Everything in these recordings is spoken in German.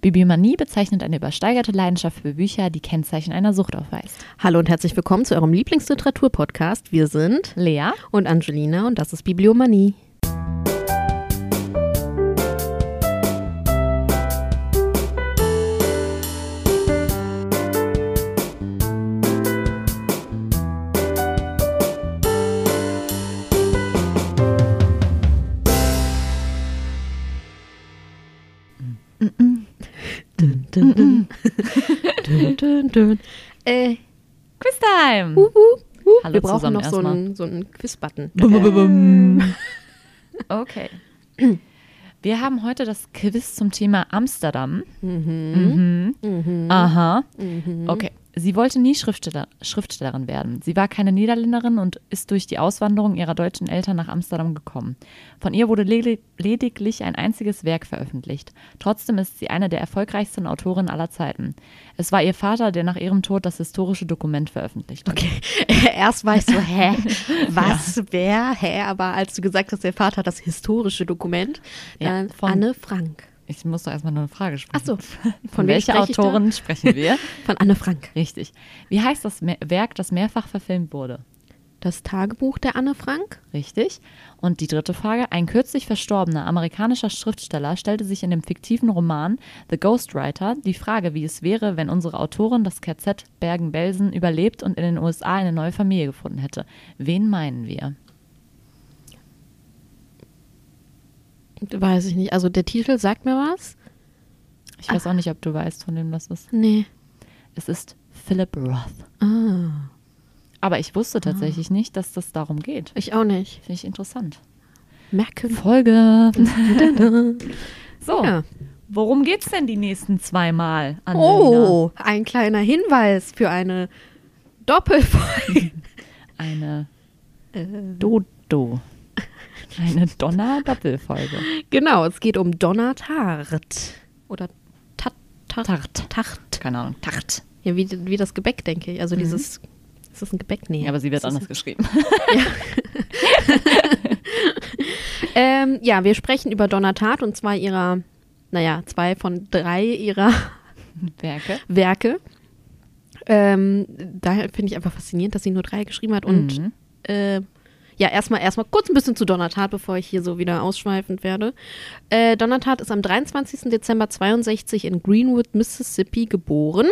Bibliomanie bezeichnet eine übersteigerte Leidenschaft für Bücher, die Kennzeichen einer Sucht aufweist. Hallo und herzlich willkommen zu eurem Lieblingsliteratur-Podcast. Wir sind Lea und Angelina und das ist Bibliomanie. Quiztime! Hallo Wir brauchen zusammen noch so erstmal. einen Quiz-Button. Okay. Wir haben heute das Quiz zum Thema Amsterdam. Aha. Okay. Sie wollte nie Schriftstellerin werden. Sie war keine Niederländerin und ist durch die Auswanderung ihrer deutschen Eltern nach Amsterdam gekommen. Von ihr wurde lediglich ein einziges Werk veröffentlicht. Trotzdem ist sie eine der erfolgreichsten Autorinnen aller Zeiten. Es war ihr Vater, der nach ihrem Tod das historische Dokument veröffentlichte. Okay, erst war ich so, was, wer, aber als du gesagt hast, der Vater hat das historische Dokument, Ja, dann Anne Frank. Ich muss doch erstmal nur eine Frage sprechen. Ach so, Von wem welcher spreche ich da? Autorin sprechen wir? Von Anne Frank. Richtig. Wie heißt das Werk, das mehrfach verfilmt wurde? Das Tagebuch der Anne Frank? Richtig. Und die dritte Frage. Ein kürzlich verstorbener amerikanischer Schriftsteller stellte sich in dem fiktiven Roman The Ghostwriter die Frage, wie es wäre, wenn unsere Autorin das KZ Bergen-Belsen überlebt und in den USA eine neue Familie gefunden hätte. Wen meinen wir? Weiß ich nicht. Also der Titel sagt mir was? Ich weiß auch nicht, ob du weißt, von wem das ist. Nee. Es ist Philip Roth. Ah, Aber ich wusste tatsächlich nicht, dass das darum geht. ich auch nicht. Finde ich interessant. Merken. Folge. So, Ja. worum geht's denn die nächsten 2 Mal, Angelina? Oh, ein kleiner Hinweis für eine Doppelfolge. Eine Dodo. Eine Donner-Doppelfolge. Genau, es geht um Donnertart. Oder Tart. Keine Ahnung. Tart. Ja, wie das Gebäck, denke ich. Also dieses, ist das ein Gebäck? Nee. Ja, aber sie wird anders geschrieben. Ja, wir sprechen über Donnertart und zwar 2 von 3 ihrer Werke. Daher finde ich einfach faszinierend, dass sie nur 3 geschrieben hat. Und erstmal kurz ein bisschen zu Donnertart, bevor ich hier so wieder ausschweifend werde. Donnertart ist am 23. Dezember 62 in Greenwood, Mississippi geboren.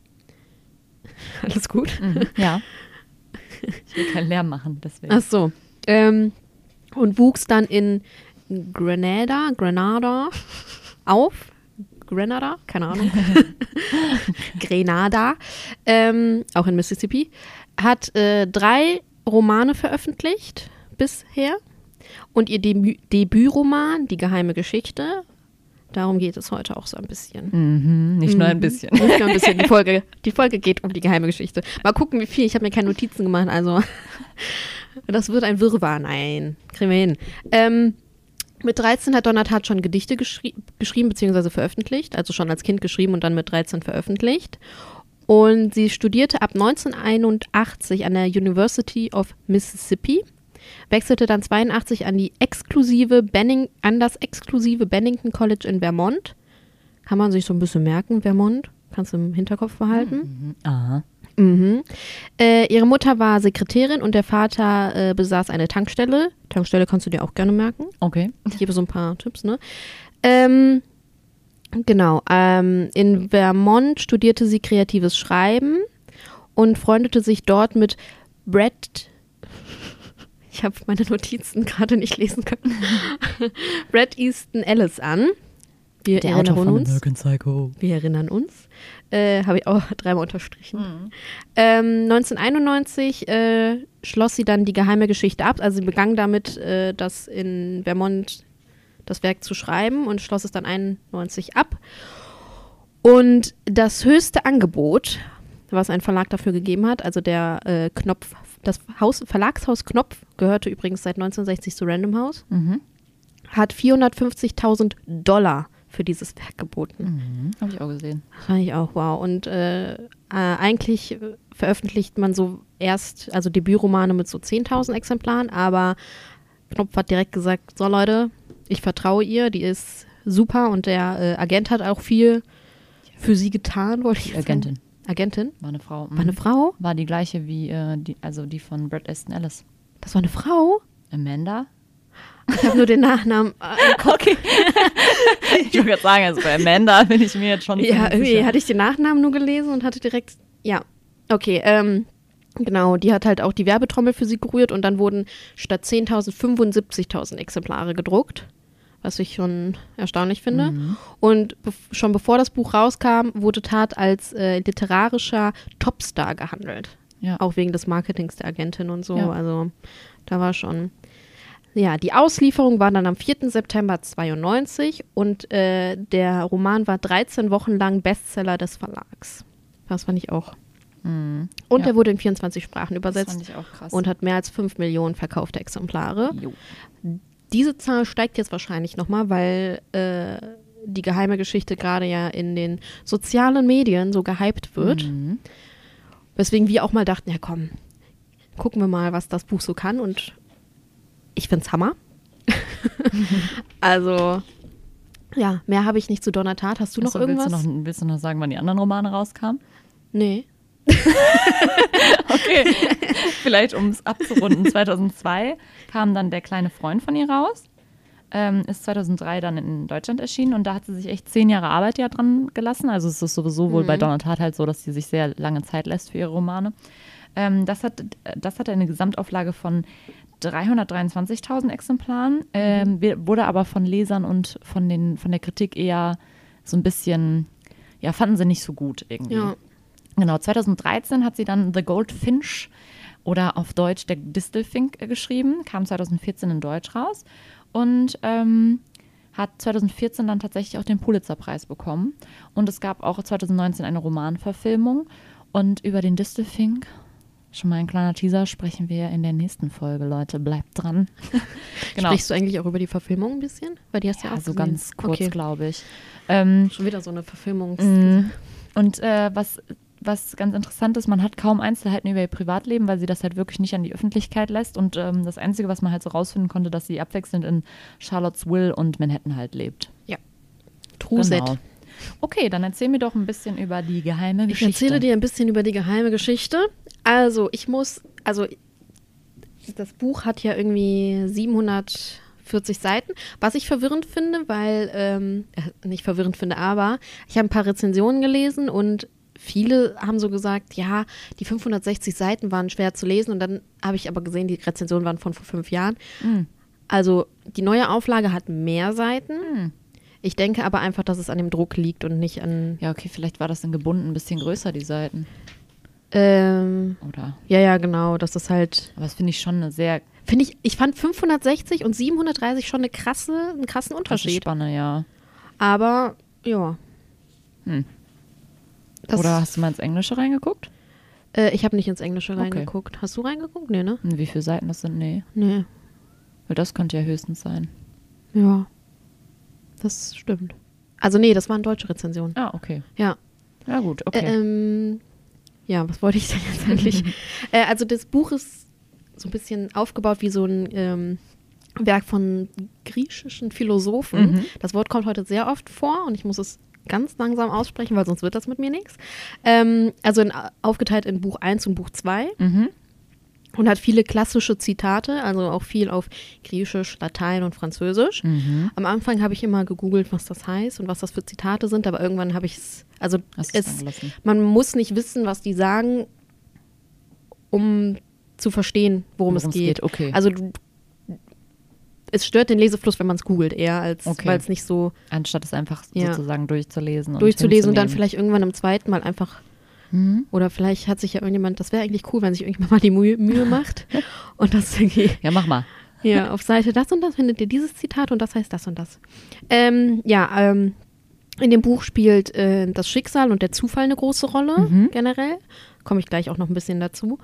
Alles gut? Ja. Ich will keinen Lärm machen, deswegen. Ach so. Und wuchs dann in Grenada auf. Grenada? Keine Ahnung. Grenada. Auch in Mississippi. Hat 3 Romane veröffentlicht bisher. Und ihr Debütroman, Die geheime Geschichte, darum geht es heute auch so ein bisschen. Nicht nur ein bisschen. Nicht nur ein bisschen. Die Folge geht um die geheime Geschichte. Mal gucken, wie viel. Ich habe mir keine Notizen gemacht, also das wird ein Wirrwarr. Nein, kriegen wir hin. Mit 13 hat Donnertart schon Gedichte geschrieben bzw. veröffentlicht, also schon als Kind geschrieben und dann mit 13 veröffentlicht. Und sie studierte ab 1981 an der University of Mississippi, wechselte dann 82 an das exklusive Bennington College in Vermont. Kann man sich so ein bisschen merken, Vermont? Kannst du im Hinterkopf behalten. Aha. Ihre Mutter war Sekretärin und der Vater besaß eine Tankstelle. Tankstelle kannst du dir auch gerne merken. Okay. Ich gebe so ein paar Tipps, ne? Genau. In Vermont studierte sie kreatives Schreiben und freundete sich dort mit Bret. Ich habe meine Notizen gerade nicht lesen können. Bret Easton Ellis an. Wir Der erinnern Autor von uns. American Psycho. Wir erinnern uns. Habe ich auch 3-mal unterstrichen. 1991 schloss sie dann die geheime Geschichte ab. Also sie begann damit, das in Vermont das Werk zu schreiben und schloss es dann 91 ab. Und das höchste Angebot, was ein Verlag dafür gegeben hat, also der Verlagshaus Knopf, gehörte übrigens seit 1960 zu Random House, hat $450.000 für dieses Werk geboten. Habe ich auch gesehen. Das fand ich auch, wow. Und eigentlich veröffentlicht man so erst, also Debütromane mit so 10.000 Exemplaren, aber Knopf hat direkt gesagt, so Leute, ich vertraue ihr, die ist super und der Agent hat auch viel für sie getan, wollte ich Die jetzt Agentin. sagen. Agentin? War eine Frau. War eine Frau? War die gleiche wie die von Bret Easton Ellis. Das war eine Frau? Amanda? Ich habe nur den Nachnamen. Okay. Ich wollte gerade sagen, also bei Amanda bin ich mir jetzt schon Ja, irgendwie sicher. hatte ich den Nachnamen nur gelesen und hatte direkt, ja, okay, genau, die hat halt auch die Werbetrommel für sie gerührt und dann wurden statt 10.000 75.000 Exemplare gedruckt, was ich schon erstaunlich finde. Und schon bevor das Buch rauskam, wurde Tart als literarischer Topstar gehandelt. Ja. Auch wegen des Marketings der Agentin und so, Ja. also da war schon... Ja, die Auslieferung war dann am 4. September 92 und der Roman war 13 Wochen lang Bestseller des Verlags. Das fand ich auch. Und Ja. er wurde in 24 Sprachen Das übersetzt fand ich auch krass. und hat mehr als 5 Millionen verkaufte Exemplare. Jo. Diese Zahl steigt jetzt wahrscheinlich nochmal, weil die geheime Geschichte gerade ja in den sozialen Medien so gehypt wird. Weswegen wir auch mal dachten, ja komm, gucken wir mal, was das Buch so kann und ich find's Hammer. Also, ja, mehr habe ich nicht zu Donna Tartt. Hast du noch Achso, irgendwas? Willst du noch sagen, wann die anderen Romane rauskamen? Nee. Okay. Vielleicht, um es abzurunden. 2002 kam dann Der kleine Freund von ihr raus. Ist 2003 dann in Deutschland erschienen und da hat sie sich echt 10 Jahre Arbeit ja dran gelassen. Also es ist sowieso wohl bei Donna Tartt halt so, dass sie sich sehr lange Zeit lässt für ihre Romane. Das hatte eine Gesamtauflage von 323.000 Exemplaren, wurde aber von Lesern und von der Kritik eher so ein bisschen, ja, fanden sie nicht so gut irgendwie. Ja. Genau, 2013 hat sie dann The Goldfinch oder auf Deutsch Der Distelfink geschrieben, kam 2014 in Deutsch raus und hat 2014 dann tatsächlich auch den Pulitzerpreis bekommen. Und es gab auch 2019 eine Romanverfilmung und über den Distelfink, schon mal ein kleiner Teaser, sprechen wir in der nächsten Folge, Leute. Bleibt dran. Genau. Sprichst du eigentlich auch über die Verfilmung ein bisschen? Weil die hast du ja Ja, auch so gesehen. ganz kurz, Okay. glaube ich. Schon wieder so eine Verfilmung. Und was ganz interessant ist, man hat kaum Einzelheiten über ihr Privatleben, weil sie das halt wirklich nicht an die Öffentlichkeit lässt. Und das Einzige, was man halt so rausfinden konnte, dass sie abwechselnd in Charlottesville und Manhattan halt lebt. Ja. Truset. Genau. Okay, dann erzähl mir doch ein bisschen über die geheime Ich Geschichte. erzähle dir ein bisschen über die geheime Geschichte. Also, das Buch hat ja irgendwie 740 Seiten, was ich verwirrend finde, weil, nicht verwirrend finde, aber ich habe ein paar Rezensionen gelesen und viele haben so gesagt, ja, die 560 Seiten waren schwer zu lesen und dann habe ich aber gesehen, die Rezensionen waren von vor 5 Jahren. Also, die neue Auflage hat mehr Seiten. Ich denke aber einfach, dass es an dem Druck liegt und nicht an... Ja, okay, vielleicht war das dann gebunden ein bisschen größer, die Seiten. Oder? Ja, genau, das ist halt... Aber das finde ich schon eine sehr Ich fand 560 und 730 schon einen krassen krasse Unterschied. Spanne, ja. Aber, ja. Das, Oder hast du mal ins Englische reingeguckt? ich habe nicht ins Englische Okay. reingeguckt. Hast du reingeguckt? Nee, ne? Wie viele Seiten das sind? Nee. Nee. Weil das könnte ja höchstens sein. Ja. Das stimmt. Also nee, das waren deutsche Rezensionen. Ah, okay. Ja. Ja, gut, okay. Ja, was wollte ich denn jetzt eigentlich? Also das Buch ist so ein bisschen aufgebaut wie so ein Werk von griechischen Philosophen. Das Wort kommt heute sehr oft vor und ich muss es ganz langsam aussprechen, weil sonst wird das mit mir nichts. Also aufgeteilt in Buch 1 und Buch 2. Und hat viele klassische Zitate, also auch viel auf Griechisch, Latein und Französisch. Am Anfang habe ich immer gegoogelt, was das heißt und was das für Zitate sind, aber irgendwann habe ich es, also Hast du es dann gelassen? man muss nicht wissen, was die sagen, um zu verstehen, worum es geht. Okay. Also es stört den Lesefluss, wenn man es googelt, eher als, Okay. weil es nicht so Anstatt es einfach Ja. sozusagen durchzulesen. und dann hinzunehmen. vielleicht irgendwann im zweiten Mal einfach oder vielleicht hat sich ja irgendjemand, das wäre eigentlich cool, wenn sich irgendjemand mal die Mühe macht und das irgendwie Ja, mach mal. ja, auf Seite das und das findet ihr dieses Zitat und das heißt das und das. In dem Buch spielt das Schicksal und der Zufall eine große Rolle, generell. Komme ich gleich auch noch ein bisschen dazu.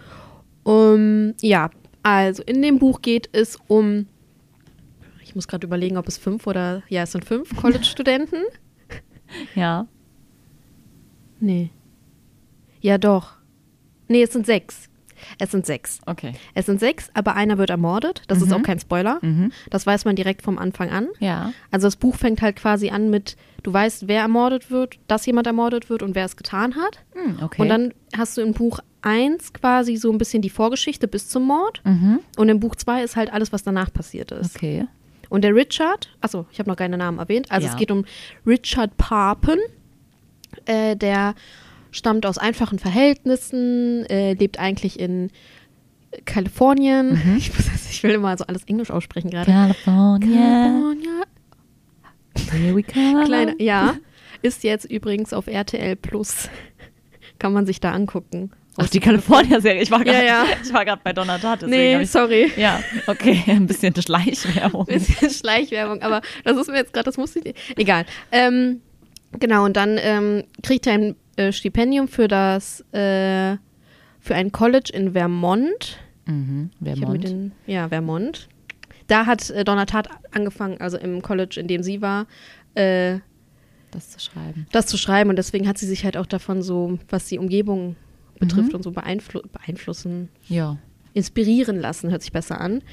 Also in dem Buch geht es um, ich muss gerade überlegen, ob es 5 oder, ja, es sind 5 College-Studenten. Ja. Nee. Ja, doch. Nee, es sind 6. Es sind 6. Okay. Es sind 6, aber einer wird ermordet. Das ist auch kein Spoiler. Das weiß man direkt vom Anfang an. Ja. Also das Buch fängt halt quasi an mit, du weißt, wer ermordet wird, dass jemand ermordet wird und wer es getan hat. Okay. Und dann hast du in Buch 1 quasi so ein bisschen die Vorgeschichte bis zum Mord. Und in Buch 2 ist halt alles, was danach passiert ist. Okay. Und der Richard, achso, ich habe noch keine Namen erwähnt, also Ja. es geht um Richard Parpen, der stammt aus einfachen Verhältnissen, lebt eigentlich in Kalifornien. Ich will immer so alles Englisch aussprechen gerade. California. Here we come. Kleine, ja, ist jetzt übrigens auf RTL Plus. Kann man sich da angucken. Ach, die California-Serie. Ich war gerade Ja. bei Donner Tat. Nee, sorry. Ja, okay. Ein bisschen Schleichwerbung. Bisschen Schleichwerbung, aber das ist mir jetzt gerade, das musste ich nicht. Egal. Genau, und dann kriegt er ein Stipendium für ein College in Vermont. Vermont. Vermont. Da hat Donna Tartt angefangen, also im College, in dem sie war, Das zu schreiben. Und deswegen hat sie sich halt auch davon so, was die Umgebung betrifft und so beeinflussen, Ja. inspirieren lassen, hört sich besser an.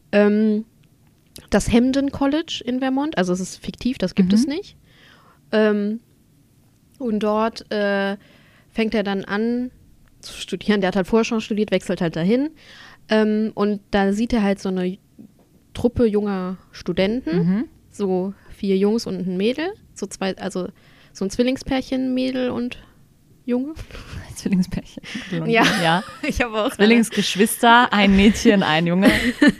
Das Hamden College in Vermont, also es ist fiktiv, das gibt es nicht. Und dort fängt er dann an zu studieren. Der hat halt vorher schon studiert, wechselt halt dahin. Und da sieht er halt so eine Truppe junger Studenten, so 4 Jungs und ein Mädel, so ein Zwillingspärchen, Mädel und Junge. Zwillingspärchen. Ja. Ich habe auch. Zwillingsgeschwister, ein Mädchen, ein Junge.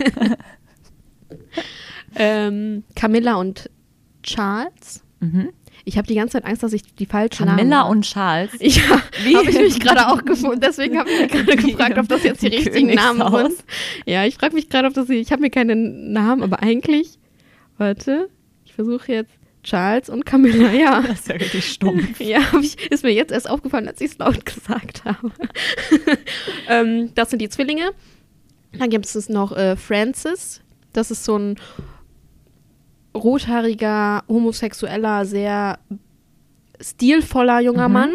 Camilla und Charles. Ich habe die ganze Zeit Angst, dass ich die falschen Camilla Namen... und Charles. Ja, habe ich mich gerade auch gefunden. Deswegen habe ich mich gerade gefragt, ob das jetzt die richtigen Namen sind. Ja, ich frage mich gerade, ich habe mir keine Namen, aber eigentlich, warte, ich versuche jetzt Charles und Camilla, ja. Das ist ja richtig stumpf. Ja, ist mir jetzt erst aufgefallen, als ich es laut gesagt habe. Das sind die Zwillinge. Dann gibt es noch Francis. Das ist so ein rothaariger, homosexueller, sehr stilvoller junger Mann.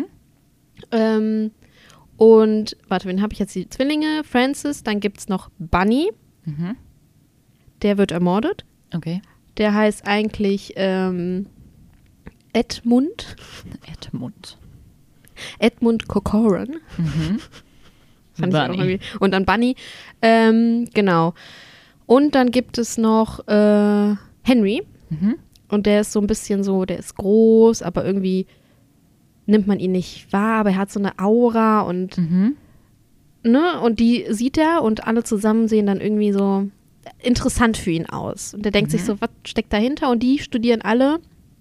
Und, warte, wen habe ich jetzt? Die Zwillinge, Francis, dann gibt es noch Bunny. Der wird ermordet. Okay. Der heißt eigentlich Edmund. Edmund Corcoran. Fand ich auch irgendwie. Und dann Bunny. Genau. Und dann gibt es noch Henry. Und der ist so ein bisschen so, der ist groß, aber irgendwie nimmt man ihn nicht wahr, aber er hat so eine Aura und ne, und die sieht er und alle zusammen sehen dann irgendwie so interessant für ihn aus. Und der denkt sich so, was steckt dahinter? Und die studieren alle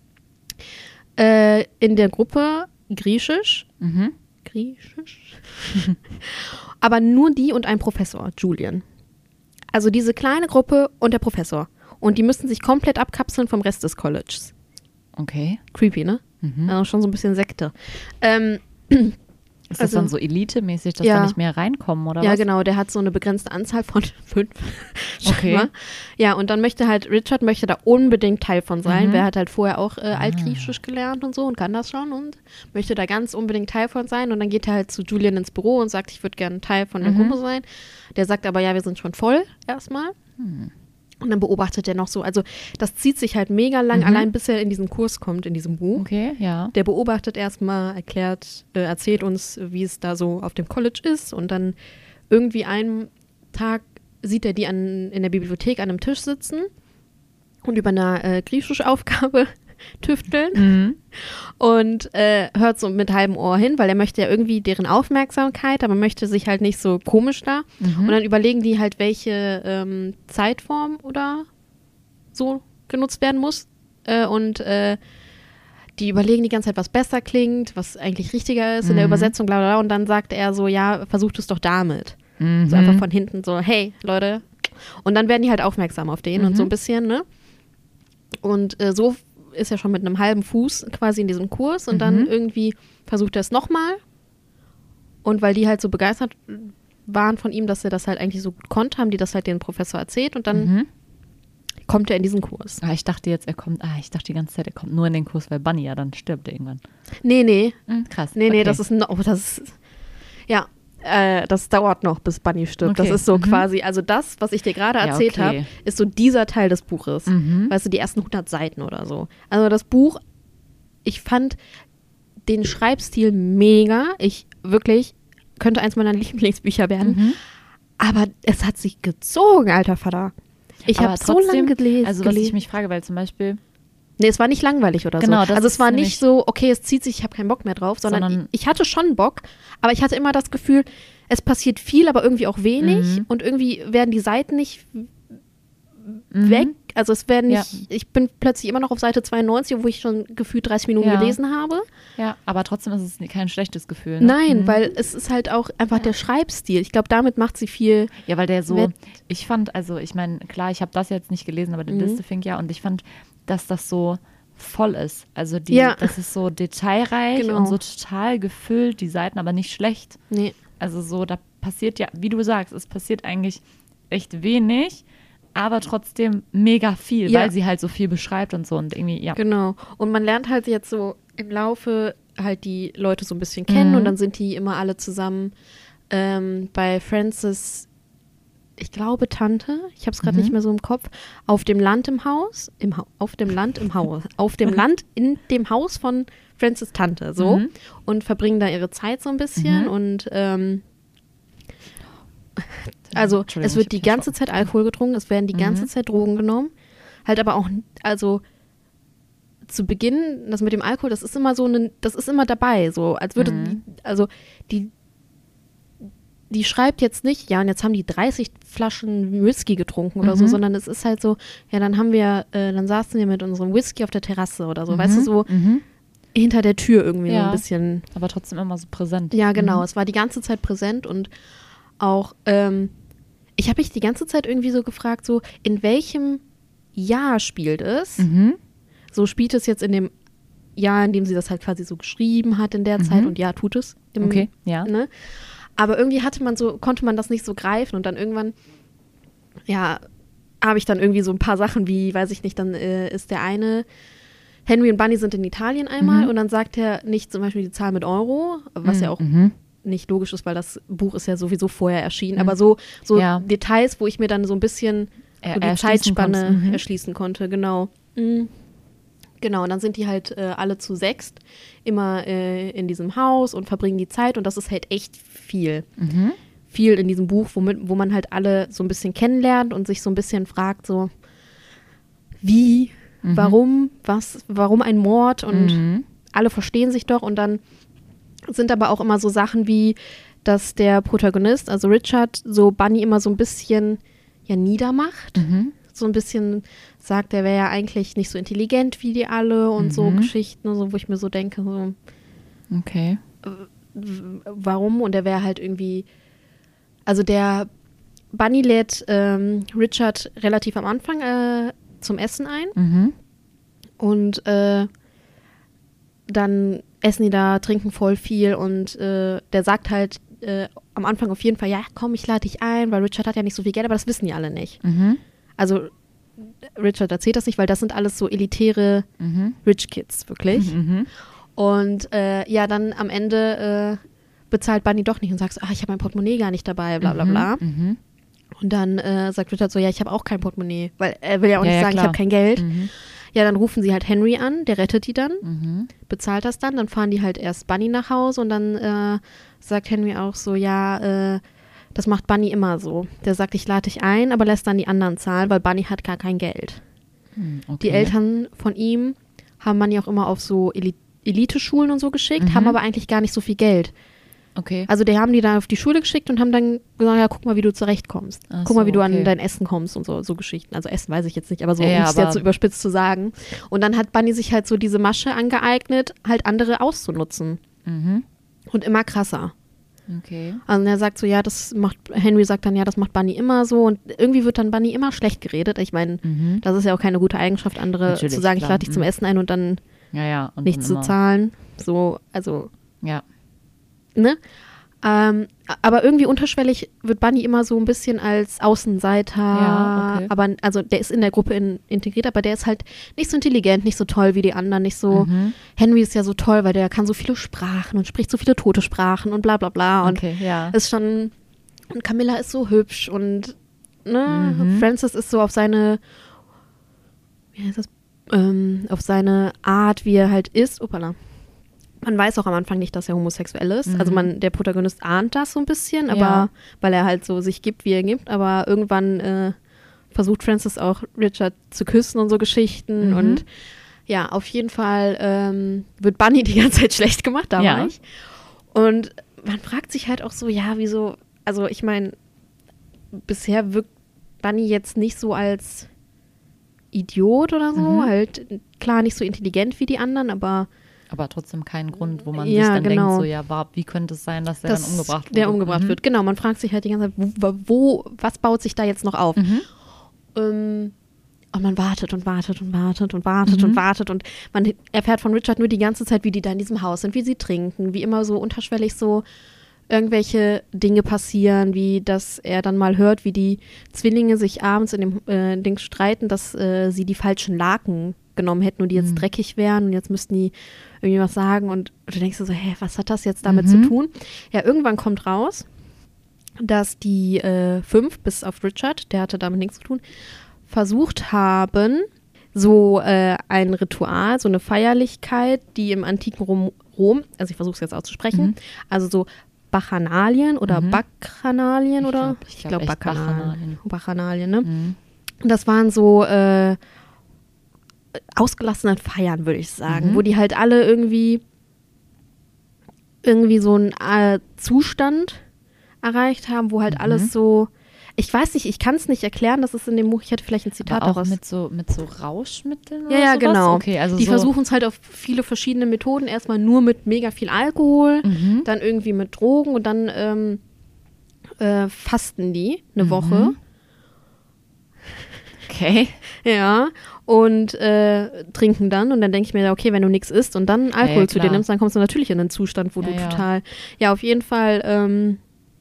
in der Gruppe Griechisch. Griechisch? Aber nur die und ein Professor, Julian. Also diese kleine Gruppe und der Professor. Und die müssen sich komplett abkapseln vom Rest des Colleges. Okay. Creepy, ne? Also schon so ein bisschen Sekte. Ist das dann so elitemäßig, dass da nicht mehr reinkommen, oder was? Ja, genau. Der hat so eine begrenzte Anzahl von 5. Okay. Ja, und dann Richard möchte da unbedingt Teil von sein. Wer hat halt vorher auch Altgriechisch gelernt und so und kann das schon und möchte da ganz unbedingt Teil von sein. Und dann geht er halt zu Julian ins Büro und sagt, ich würde gerne Teil von der Gruppe sein. Der sagt aber, ja, wir sind schon voll erstmal. Und dann beobachtet er noch so, also das zieht sich halt mega lang, allein bis er in diesen Kurs kommt, in diesem Buch. Okay, ja. Der beobachtet erstmal, erzählt uns, wie es da so auf dem College ist und dann irgendwie einen Tag sieht er die in der Bibliothek an einem Tisch sitzen und über eine griechische Aufgabe tüfteln und hört so mit halbem Ohr hin, weil er möchte ja irgendwie deren Aufmerksamkeit, aber möchte sich halt nicht so komisch da. Und dann überlegen die halt, welche Zeitform oder so genutzt werden muss. Und die überlegen die ganze Zeit, was besser klingt, was eigentlich richtiger ist in der Übersetzung, bla bla bla. Und dann sagt er so, ja, versucht es doch damit. So einfach von hinten so, hey, Leute. Und dann werden die halt aufmerksam auf den und so ein bisschen, ne? Und so ist er schon mit einem halben Fuß quasi in diesem Kurs und dann irgendwie versucht er es nochmal. Und weil die halt so begeistert waren von ihm, dass er das halt eigentlich so gut konnte, haben die das halt dem Professor erzählt und dann kommt er in diesen Kurs. Ich dachte die ganze Zeit, er kommt nur in den Kurs, weil Bunny ja dann stirbt irgendwann. Nee. Krass. Nee, okay. das ist ja. das dauert noch, bis Bunny stirbt. Okay. Das ist so quasi, also das, was ich dir gerade erzählt habe, ist so dieser Teil des Buches. Weißt du, die ersten 100 Seiten oder so. Also das Buch, ich fand den Schreibstil mega. Ich wirklich, könnte eins meiner Lieblingsbücher werden. Aber es hat sich gezogen, alter Vater. Ich habe so lange gelesen. Also was ich mich frage, weil zum Beispiel... Nee, es war nicht langweilig oder genau, so. Also es war nicht so, okay, es zieht sich, ich habe keinen Bock mehr drauf, sondern ich hatte schon Bock, aber ich hatte immer das Gefühl, es passiert viel, aber irgendwie auch wenig und irgendwie werden die Seiten nicht weg. Also es werden nicht, ich bin plötzlich immer noch auf Seite 92, wo ich schon gefühlt 30 Minuten gelesen habe. Ja, aber trotzdem ist es kein schlechtes Gefühl. Ne? Nein, weil es ist halt auch einfach der Schreibstil. Ich glaube, damit macht sie viel. Ja, weil der so, ich fand, also ich meine, klar, ich habe das jetzt nicht gelesen, aber die Liste fing ja und ich fand, dass das so voll ist. Also das ist so detailreich und so total gefüllt, die Seiten, aber nicht schlecht. Nee. Also so, da passiert ja, wie du sagst, es passiert eigentlich echt wenig, aber trotzdem mega viel, weil sie halt so viel beschreibt und so und irgendwie, Genau. Und man lernt halt jetzt so im Laufe halt die Leute so ein bisschen kennen und dann sind die immer alle zusammen bei Frances, ich glaube Tante, ich habe es gerade nicht mehr so im Kopf, auf dem Land im Haus, auf dem Land in dem Haus von Frances Tante, so, und verbringen da ihre Zeit so ein bisschen und also es wird die ganze Zeit Alkohol getrunken, es werden die ganze Zeit Drogen genommen, halt aber auch, also zu Beginn, das mit dem Alkohol, das ist immer so, das ist immer dabei, so, als würde, also die schreibt jetzt nicht, ja, und jetzt haben die 30 Flaschen Whisky getrunken oder so, sondern es ist halt so, ja, dann dann saßen wir mit unserem Whisky auf der Terrasse oder so, weißt du, so hinter der Tür irgendwie so ein bisschen. Aber trotzdem immer so präsent. Ja, genau, es war die ganze Zeit präsent und auch, ich habe mich die ganze Zeit irgendwie so gefragt, so, in welchem Jahr spielt es? So spielt es jetzt in dem Jahr, in dem sie das halt quasi so geschrieben hat in der Zeit und ja, tut es. Okay, ja. Ne? Aber irgendwie konnte man das nicht so greifen und dann irgendwann, ja, habe ich dann irgendwie so ein paar Sachen wie, weiß ich nicht, dann ist der eine, Henry und Bunny sind in Italien einmal und dann sagt er nicht zum Beispiel die Zahl mit Euro, was ja auch nicht logisch ist, weil das Buch ist ja sowieso vorher erschienen, aber so Details, wo ich mir dann so ein bisschen so die Zeitspanne erschließen konnte, genau. Genau, und dann sind die halt alle zu sechst immer in diesem Haus und verbringen die Zeit und das ist halt echt viel. Viel in diesem Buch, wo man halt alle so ein bisschen kennenlernt und sich so ein bisschen fragt, so wie, warum ein Mord und alle verstehen sich doch und dann sind aber auch immer so Sachen wie, dass der Protagonist, also Richard, so Bunny immer so ein bisschen niedermacht. So ein bisschen sagt, er wäre ja eigentlich nicht so intelligent wie die alle und so Geschichten und so, wo ich mir so denke, so, okay. Warum? Und er wäre halt irgendwie, also der Bunny lädt Richard relativ am Anfang zum Essen ein und dann essen die da, trinken voll viel und der sagt halt am Anfang auf jeden Fall, ja komm, ich lade dich ein, weil Richard hat ja nicht so viel Geld, aber das wissen die alle nicht. Also Richard erzählt das nicht, weil das sind alles so elitäre Rich Kids, wirklich. Und ja, dann am Ende bezahlt Bunny doch nicht und sagt, ich habe mein Portemonnaie gar nicht dabei, bla bla bla. Und dann sagt Richard so, ja, ich habe auch kein Portemonnaie, weil er will ja auch nicht sagen, ich habe kein Geld. Ja, dann rufen sie halt Henry an, der rettet die dann, bezahlt das dann fahren die halt erst Bunny nach Hause und dann sagt Henry auch so, ja, das macht Bunny immer so. Der sagt, ich lade dich ein, aber lässt dann die anderen zahlen, weil Bunny hat gar kein Geld. Okay. Die Eltern von ihm haben Bunny auch immer auf so Elite-Schulen und so geschickt, haben aber eigentlich gar nicht so viel Geld. Okay. Also die haben die da auf die Schule geschickt und haben dann gesagt, ja, guck mal, wie du zurechtkommst. Guck mal, wie du an dein Essen kommst und so Geschichten. Also Essen weiß ich jetzt nicht, aber so, um es jetzt so überspitzt zu sagen. Und dann hat Bunny sich halt so diese Masche angeeignet, halt andere auszunutzen. Und immer krasser. Okay. Also er sagt so, ja, Henry sagt dann, ja, das macht Bunny immer so und irgendwie wird dann Bunny immer schlecht geredet. Ich meine, das ist ja auch keine gute Eigenschaft, andere natürlich, zu sagen, klar. ich lade dich zum Essen ein und dann und nichts zu zahlen. So, also, ja. ne? Aber irgendwie unterschwellig wird Bunny immer so ein bisschen als Außenseiter, Ja, okay. aber also der ist in der Gruppe integriert, aber der ist halt nicht so intelligent, nicht so toll wie die anderen, nicht so, Henry ist ja so toll, weil der kann so viele Sprachen und spricht so viele tote Sprachen und bla bla bla und Okay, ja. ist schon, und Camilla ist so hübsch und ne, Francis ist so auf seine, wie heißt das, auf seine Art, wie er halt ist, opala. Man weiß auch am Anfang nicht, dass er homosexuell ist. Also der Protagonist ahnt das so ein bisschen, aber weil er halt so sich gibt, wie er gibt. Aber irgendwann versucht Francis auch Richard zu küssen und so Geschichten. Und ja, auf jeden Fall wird Bunny die ganze Zeit schlecht gemacht, da war ich. Und man fragt sich halt auch so, ja, wieso, also ich meine, bisher wirkt Bunny jetzt nicht so als Idiot oder so. Halt klar nicht so intelligent wie die anderen, aber trotzdem keinen Grund, wo man sich dann denkt, so, ja, wie könnte es sein, dass der dann umgebracht wird? Der umgebracht wird, genau. Man fragt sich halt die ganze Zeit, was baut sich da jetzt noch auf? Und man wartet und wartet und wartet und wartet und wartet und man erfährt von Richard nur die ganze Zeit, wie die da in diesem Haus sind, wie sie trinken, wie immer so unterschwellig so irgendwelche Dinge passieren, wie dass er dann mal hört, wie die Zwillinge sich abends in dem Ding streiten, dass sie die falschen Laken genommen hätten und die jetzt dreckig wären und jetzt müssten die irgendwie was sagen und du denkst dir so, hä, was hat das jetzt damit zu tun? Ja, irgendwann kommt raus, dass die 5, bis auf Richard, der hatte damit nichts zu tun, versucht haben, so ein Ritual, so eine Feierlichkeit, die im antiken Rom, also ich versuche es jetzt auszusprechen, also so Bacchanalien oder Bacchanalien oder? Ich glaube Bacchanalien, ne? Und das waren so ausgelassenen Feiern, würde ich sagen, wo die halt alle irgendwie so einen Zustand erreicht haben, wo halt alles so, ich weiß nicht, ich kann es nicht erklären, das ist in dem Buch, ich hätte vielleicht ein Zitat aber auch daraus. mit so Rauschmitteln oder ja, sowas? genau. Okay, also die so versuchen es halt auf viele verschiedene Methoden, erstmal nur mit mega viel Alkohol, dann irgendwie mit Drogen und dann fasten die eine Woche. Okay. Ja, und trinken dann. Und dann denke ich mir, okay, wenn du nichts isst und dann Alkohol zu dir nimmst, dann kommst du natürlich in einen Zustand, wo du total, ja, auf jeden Fall,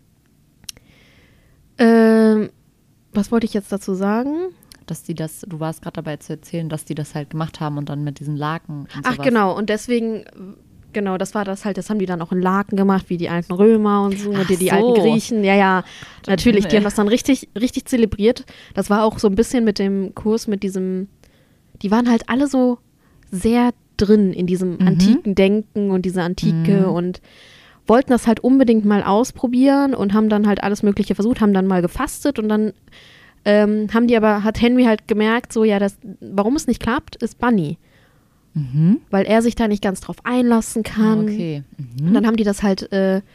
was wollte ich jetzt dazu sagen? Dass die das, du warst gerade dabei zu erzählen, dass die das halt gemacht haben und dann mit diesen Laken und Ach, sowas. genau, und deswegen, genau, das war das halt, das haben die dann auch in Laken gemacht, wie die alten Römer und so, die alten Griechen, ja, natürlich, die haben das dann richtig, richtig zelebriert. Das war auch so ein bisschen mit dem Kurs, mit diesem, die waren halt alle so sehr drin in diesem antiken Denken und diese Antike und wollten das halt unbedingt mal ausprobieren und haben dann halt alles Mögliche versucht, haben dann mal gefastet und dann hat Henry halt gemerkt, so, ja, warum es nicht klappt, ist Bunny. Weil er sich da nicht ganz drauf einlassen kann. Okay. Und dann haben die das halt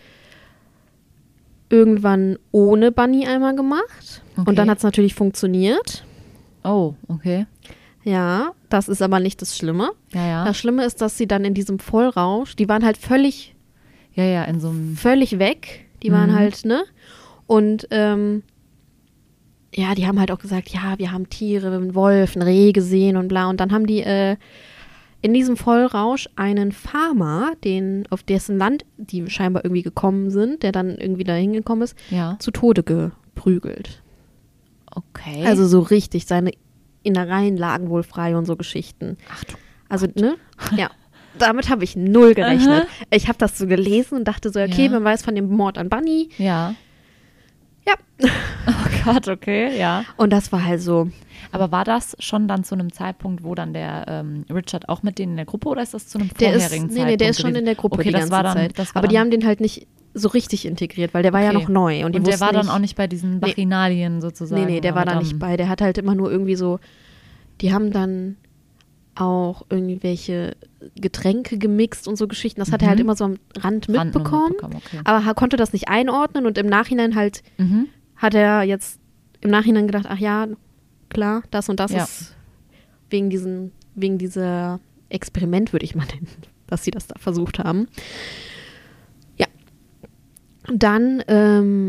irgendwann ohne Bunny einmal gemacht. Okay. Und dann hat es natürlich funktioniert. Oh, okay. Ja, das ist aber nicht das Schlimme. Ja. Das Schlimme ist, dass sie dann in diesem Vollrausch, die waren halt völlig in so einem völlig weg. Die waren halt, ne? Und ja, die haben halt auch gesagt, ja, wir haben Tiere, einen Wolf, einen Reh gesehen und bla. Und dann haben die in diesem Vollrausch einen Farmer, auf dessen Land die scheinbar irgendwie gekommen sind, der dann irgendwie da hingekommen ist, zu Tode geprügelt. Okay. Also so richtig, seine Innereien lagen wohl frei und so Geschichten. Ach du Also, ne? Ja. Damit habe ich null gerechnet. Ich habe das so gelesen und dachte so, okay, man weiß von dem Mord an Bunny. Ja. Ja. Oh Gott, okay, ja. Und das war halt so. Aber war das schon dann zu einem Zeitpunkt, wo dann der Richard auch mit denen in der Gruppe oder ist das zu einem vorherigen Zeitpunkt? Nee, der ist schon in der Gruppe die ganze Zeit. Aber die haben den halt nicht so richtig integriert, weil der war ja noch neu. Und der war dann auch nicht bei diesen Bacchanalien sozusagen? Nee, der war da nicht bei. Der hat halt immer nur irgendwie so, die haben dann auch irgendwelche Getränke gemixt und so Geschichten. Das hat er halt immer so am Rand mitbekommen. Okay. Aber er konnte das nicht einordnen und im Nachhinein halt hat er jetzt im Nachhinein gedacht, ach ja, klar, das und das ist wegen dieser Experiment, würde ich mal nennen, dass sie das da versucht haben. Ja. Dann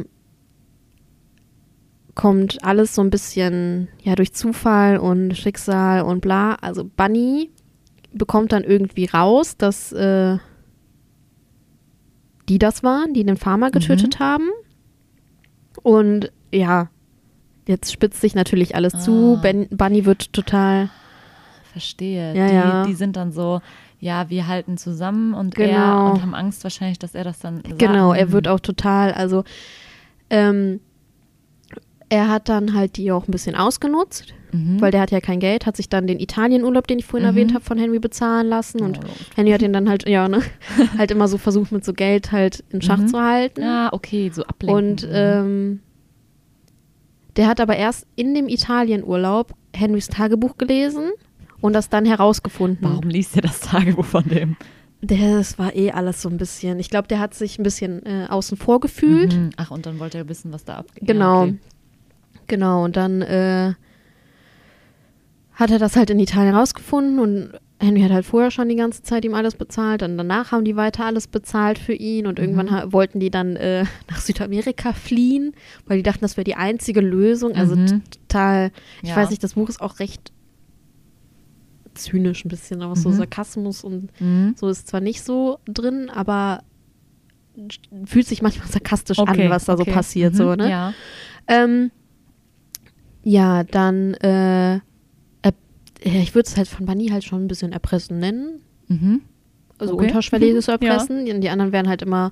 kommt alles so ein bisschen durch Zufall und Schicksal und bla. Also Bunny bekommt dann irgendwie raus, dass die das waren, die den Farmer getötet haben. Und ja, jetzt spitzt sich natürlich alles zu. Bunny wird total... Verstehe. Ja, die sind dann so, ja, wir halten zusammen und Genau. und haben Angst wahrscheinlich, dass er das dann sagt. Genau, er wird auch total, also er hat dann halt die auch ein bisschen ausgenutzt, weil der hat ja kein Geld, hat sich dann den Italienurlaub, den ich vorhin erwähnt habe, von Henry bezahlen lassen und Henry hat ihn dann halt, halt immer so versucht, mit so Geld halt in Schach zu halten. Ja, okay, so ablenken. Und der hat aber erst in dem Italienurlaub Henrys Tagebuch gelesen und das dann herausgefunden. Warum liest ihr das Tagebuch von dem? Das war alles so ein bisschen, ich glaube, der hat sich ein bisschen außen vor gefühlt. Ach, und dann wollte er wissen, was da abgeht. Genau. Ja, okay. Genau, und dann hat er das halt in Italien rausgefunden und Henry hat halt vorher schon die ganze Zeit ihm alles bezahlt und danach haben die weiter alles bezahlt für ihn und irgendwann wollten die dann nach Südamerika fliehen, weil die dachten, das wäre die einzige Lösung. Also total, ich weiß nicht, das Buch ist auch recht zynisch ein bisschen, aber so Sarkasmus und so ist zwar nicht so drin, aber fühlt sich manchmal sarkastisch an, was da so passiert. So, ne? Ja. Ja, dann, ich würde es halt von Bunny halt schon ein bisschen erpressen nennen. Also unterschwelliges Erpressen. Ja. Die anderen werden halt immer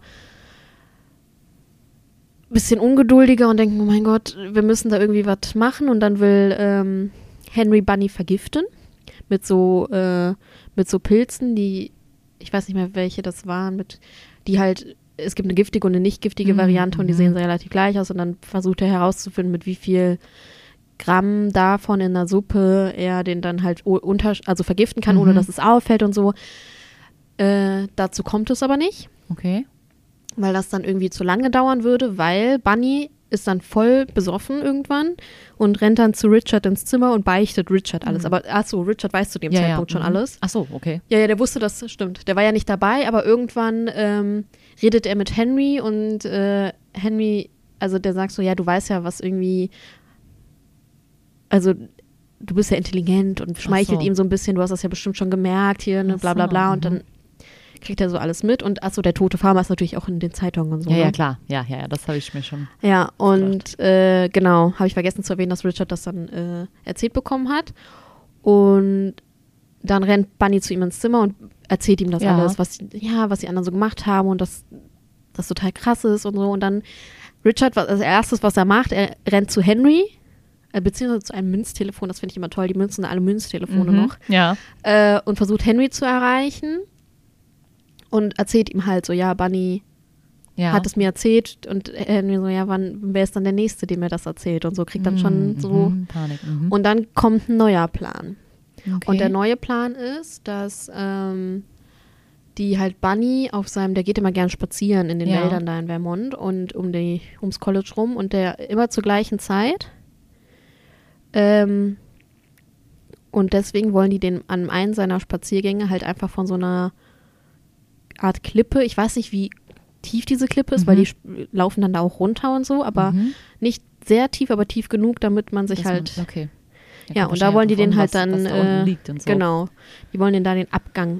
ein bisschen ungeduldiger und denken, oh mein Gott, wir müssen da irgendwie was machen. Und dann will Henry Bunny vergiften mit so Pilzen, die, ich weiß nicht mehr, welche das waren, die halt, es gibt eine giftige und eine nicht giftige Variante und die sehen relativ gleich aus und dann versucht er herauszufinden, mit wie viel Gramm davon in der Suppe er den dann halt vergiften kann, ohne dass es auffällt und so. Dazu kommt es aber nicht. Okay. Weil das dann irgendwie zu lange dauern würde, weil Bunny ist dann voll besoffen irgendwann und rennt dann zu Richard ins Zimmer und beichtet Richard alles. Aber Richard weiß zu dem Zeitpunkt schon alles. Ach so, okay. Ja, der wusste das, stimmt. Der war ja nicht dabei, aber irgendwann redet er mit Henry und Henry, also der sagt so, ja, du weißt ja, was irgendwie, also du bist ja intelligent und schmeichelt ihm so ein bisschen, du hast das ja bestimmt schon gemerkt hier, ne, bla bla bla. Und dann kriegt er so alles mit und der tote Farmer ist natürlich auch in den Zeitungen und so. Ja, ne? ja, klar. Ja, das habe ich mir schon. Ja, und genau, habe ich vergessen zu erwähnen, dass Richard das dann erzählt bekommen hat. Und dann rennt Bunny zu ihm ins Zimmer und erzählt ihm das alles, was die anderen so gemacht haben und dass das total krass ist und so. Und dann Richard, als erstes, was er macht, er rennt zu Henry, beziehungsweise zu einem Münztelefon, das finde ich immer toll, die Münzen sind alle Münztelefone noch. Ja. Und versucht Henry zu erreichen und erzählt ihm halt so, ja, Bunny hat es mir erzählt und Henry so, ja, wer ist dann der Nächste, dem er das erzählt und so, kriegt dann schon so Panik. Und dann kommt ein neuer Plan. Okay. Und der neue Plan ist, dass die halt Bunny der geht immer gern spazieren in den Wäldern da in Vermont und ums College rum und der immer zur gleichen Zeit. Und deswegen wollen die den an einen seiner Spaziergänge halt einfach von so einer Art Klippe, ich weiß nicht, wie tief diese Klippe ist, weil die laufen dann da auch runter und so, aber nicht sehr tief, aber tief genug, damit man sich Okay. Ja, und da wollen die den halt dann, was da unten liegt und so. Genau, die wollen den da den Abhang.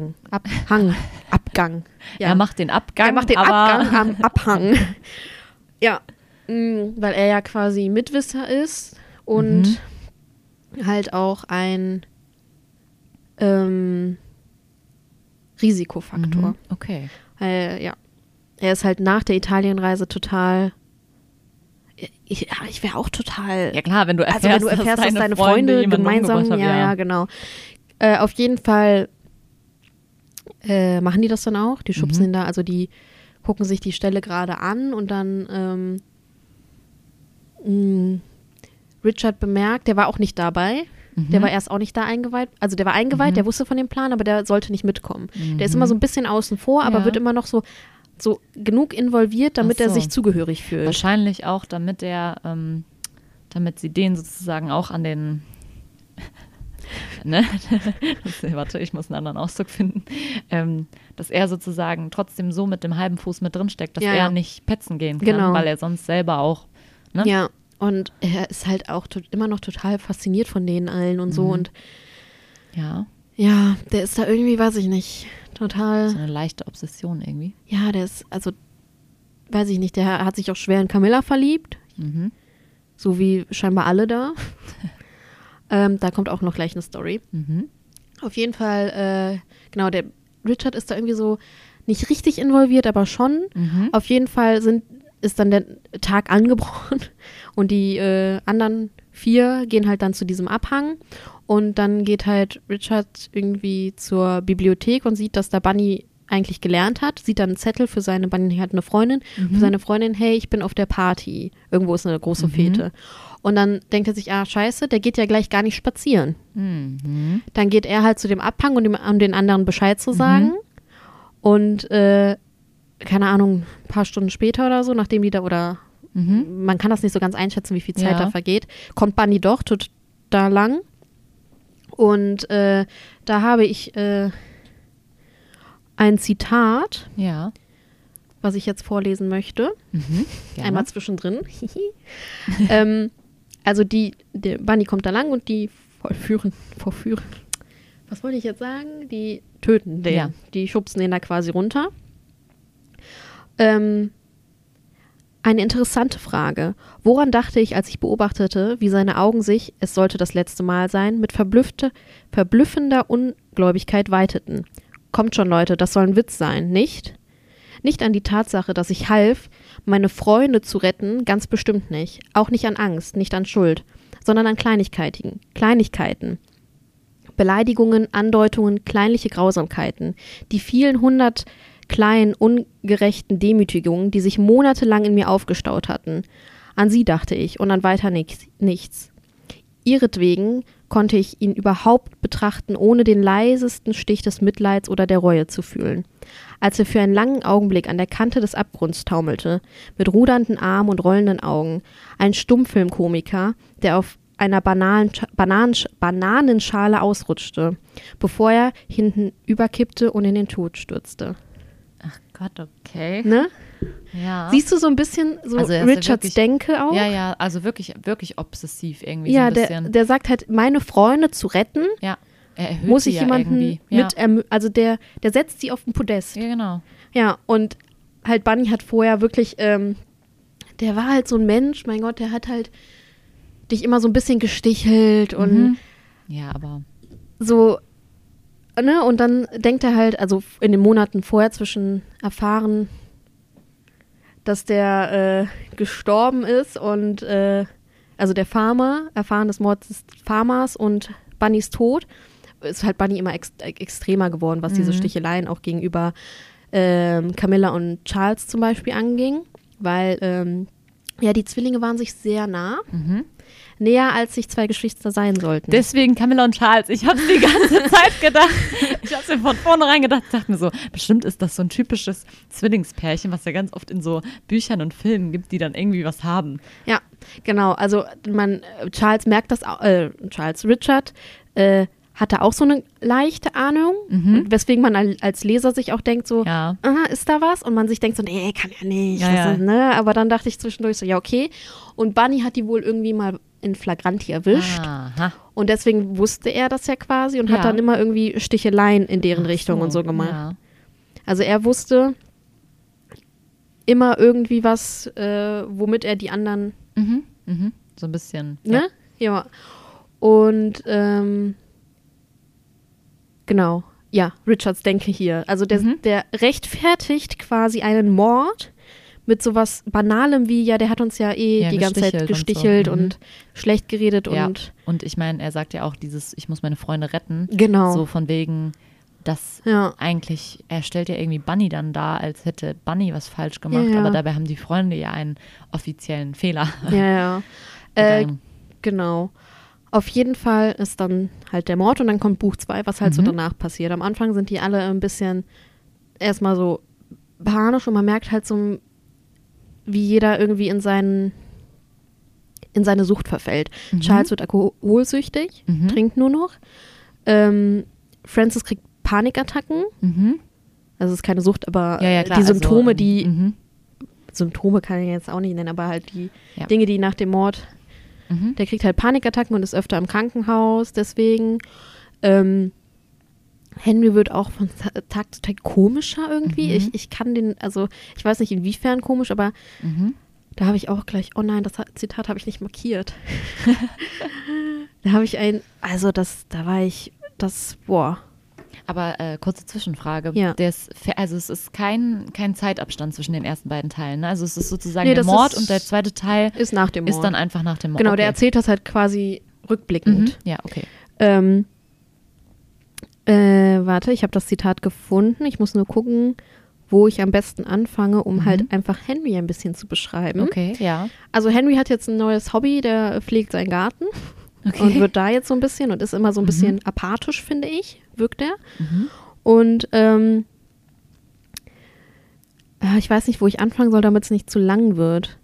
Ja. Er macht den Abgang. Er macht den Abgang am Abhang. Ja, weil er ja quasi Mitwisser ist und halt auch ein Risikofaktor. Okay. Ja, er ist halt nach der Italienreise total. Ich wäre auch total. Ja klar, wenn du erfährst, dass deine Freunde gemeinsam. Ja, genau. Auf jeden Fall machen die das dann auch. Die schubsen ihn da, also die gucken sich die Stelle gerade an und dann Richard bemerkt, der war auch nicht dabei. Der war erst auch nicht da eingeweiht. Also der war eingeweiht, der wusste von dem Plan, aber der sollte nicht mitkommen. Der ist immer so ein bisschen außen vor, aber wird immer noch so genug involviert, damit er sich zugehörig fühlt. Wahrscheinlich auch, damit sie den sozusagen auch an den ne? Warte, ich muss einen anderen Ausdruck finden. Dass er sozusagen trotzdem so mit dem halben Fuß mit drin steckt, dass er nicht petzen gehen kann, weil er sonst selber auch, ne? Ja, und er ist halt auch immer noch total fasziniert von denen allen und so und Ja, der ist da irgendwie, weiß ich nicht, total. So eine leichte Obsession irgendwie. Ja, der ist, also, weiß ich nicht, der hat sich auch schwer in Camilla verliebt. Mhm. So wie scheinbar alle da. Da kommt auch noch gleich eine Story. Mhm. Auf jeden Fall, genau, der Richard ist da irgendwie so nicht richtig involviert, aber schon. Mhm. Auf jeden Fall ist dann der Tag angebrochen und die anderen 4 gehen halt dann zu diesem Abhang und dann geht halt Richard irgendwie zur Bibliothek und sieht, dass da Bunny eigentlich gelernt hat, sieht dann einen Zettel für seine, Bunny hat eine Freundin, für seine Freundin, hey, ich bin auf der Party. Irgendwo ist eine große Fete. Und dann denkt er sich, scheiße, der geht ja gleich gar nicht spazieren. Mhm. Dann geht er halt zu dem Abhang, um den anderen Bescheid zu sagen. Und, keine Ahnung, ein paar Stunden später oder so, nachdem die da, oder man kann das nicht so ganz einschätzen, wie viel Zeit da vergeht, kommt Bunny doch da lang. Und da habe ich ein Zitat, was ich jetzt vorlesen möchte. Einmal zwischendrin. Also der Bunny kommt da lang und die verführen. Was wollte ich jetzt sagen? Die töten den. Ja. Die schubsen den da quasi runter. Eine interessante Frage. Woran dachte ich, als ich beobachtete, wie seine Augen sich, es sollte das letzte Mal sein, mit verblüffender Ungläubigkeit weiteten? Kommt schon, Leute, das soll ein Witz sein, nicht? Nicht an die Tatsache, dass ich half, meine Freunde zu retten, ganz bestimmt nicht. Auch nicht an Angst, nicht an Schuld, sondern an Kleinigkeiten. Beleidigungen, Andeutungen, kleinliche Grausamkeiten. Die vielen 100 kleinen, ungerechten Demütigungen, die sich monatelang in mir aufgestaut hatten. An sie dachte ich und an weiter nichts. Ihretwegen konnte ich ihn überhaupt betrachten, ohne den leisesten Stich des Mitleids oder der Reue zu fühlen. Als er für einen langen Augenblick an der Kante des Abgrunds taumelte, mit rudernden Armen und rollenden Augen, ein Stummfilmkomiker, der auf einer Bananenschale ausrutschte, bevor er hinten überkippte und in den Tod stürzte. Ach Gott, okay. Ne? Ja. Siehst du so ein bisschen so Also Richards wirklich, Denke auch? Ja, also wirklich, wirklich obsessiv irgendwie Ja, so ein bisschen. der sagt halt, meine Freunde zu retten, Ja, er erhöht muss sie ich ja jemanden irgendwie. also der setzt sie auf den Podest. Ja, genau. Ja, und halt Bunny hat vorher wirklich, der war halt so ein Mensch, mein Gott, der hat halt dich immer so ein bisschen gestichelt und Ja, aber so, ne, und dann denkt er halt, also in den Monaten vorher erfahren, dass der gestorben ist und also der Farmer, erfahren des Mordes des Farmers und Bunnys Tod, ist halt Bunny immer extremer geworden, was diese Sticheleien auch gegenüber Camilla und Charles zum Beispiel anging, weil die Zwillinge waren sich sehr nah. Näher, als sich 2 Geschwister sein sollten. deswegen Camilla und Charles. Ich habe die ganze Zeit gedacht. Ich habe mir von vornherein gedacht, dachte mir so, bestimmt ist das so ein typisches Zwillingspärchen, was ja ganz oft in so Büchern und Filmen gibt, die dann irgendwie was haben. Ja, genau. Also Charles merkt das auch, Richard hat da auch so eine leichte Ahnung, und weswegen man als Leser sich auch denkt so, ist da was? Und man sich denkt so, nee, kann ja nicht. Ja. Ne? Aber dann dachte ich zwischendurch so, ja, okay. Und Bunny hat die wohl irgendwie mal in Flagranti erwischt. Aha. Und deswegen wusste er das ja quasi und hat dann immer irgendwie Sticheleien in deren Richtung und so gemacht. Ja. Also er wusste immer irgendwie was, womit er die anderen, So ein bisschen. ne? Ja. Und genau, ja, Richards Denke hier. Also der rechtfertigt quasi einen Mord mit sowas Banalem wie, der hat uns ja die ganze Zeit gestichelt und schlecht geredet Und ich meine, er sagt ja auch dieses, ich muss meine Freunde retten. Genau. So von wegen, dass eigentlich, er stellt ja irgendwie Bunny dann dar, als hätte Bunny was falsch gemacht, aber dabei haben die Freunde ja einen offiziellen Fehler. Ja. Genau. Auf jeden Fall ist dann halt der Mord und dann kommt Buch 2, was halt so danach passiert. Am Anfang sind die alle ein bisschen erstmal so panisch und man merkt halt so, wie jeder irgendwie in seine Sucht verfällt. Charles wird alkoholsüchtig, trinkt nur noch. Francis kriegt Panikattacken. Also es ist keine Sucht, aber klar, die Symptome, also, Symptome kann ich jetzt auch nicht nennen, aber halt die Dinge, die nach dem Mord, der kriegt halt Panikattacken und ist öfter im Krankenhaus, deswegen Henry wird auch von Tag zu Tag komischer irgendwie. Ich kann den, also ich weiß nicht inwiefern komisch, aber da habe ich auch gleich, oh nein, das Zitat habe ich nicht markiert. Da habe ich boah. Aber kurze Zwischenfrage. Ja. Also es ist kein Zeitabstand zwischen den ersten beiden Teilen. Ne? Also es ist sozusagen Nee, der das Mord ist- und der zweite Teil Ist nach dem Mord. ist dann einfach nach dem Mord. Genau, Okay. der erzählt das halt quasi rückblickend. Ja, okay. Warte, ich habe das Zitat gefunden. Ich muss nur gucken, wo ich am besten anfange, um halt einfach Henry ein bisschen zu beschreiben. Okay, ja. Also Henry hat jetzt ein neues Hobby, der pflegt seinen Garten und wird da jetzt so ein bisschen und ist immer so ein bisschen apathisch, finde ich, wirkt er. Und ich weiß nicht, wo ich anfangen soll, damit es nicht zu lang wird.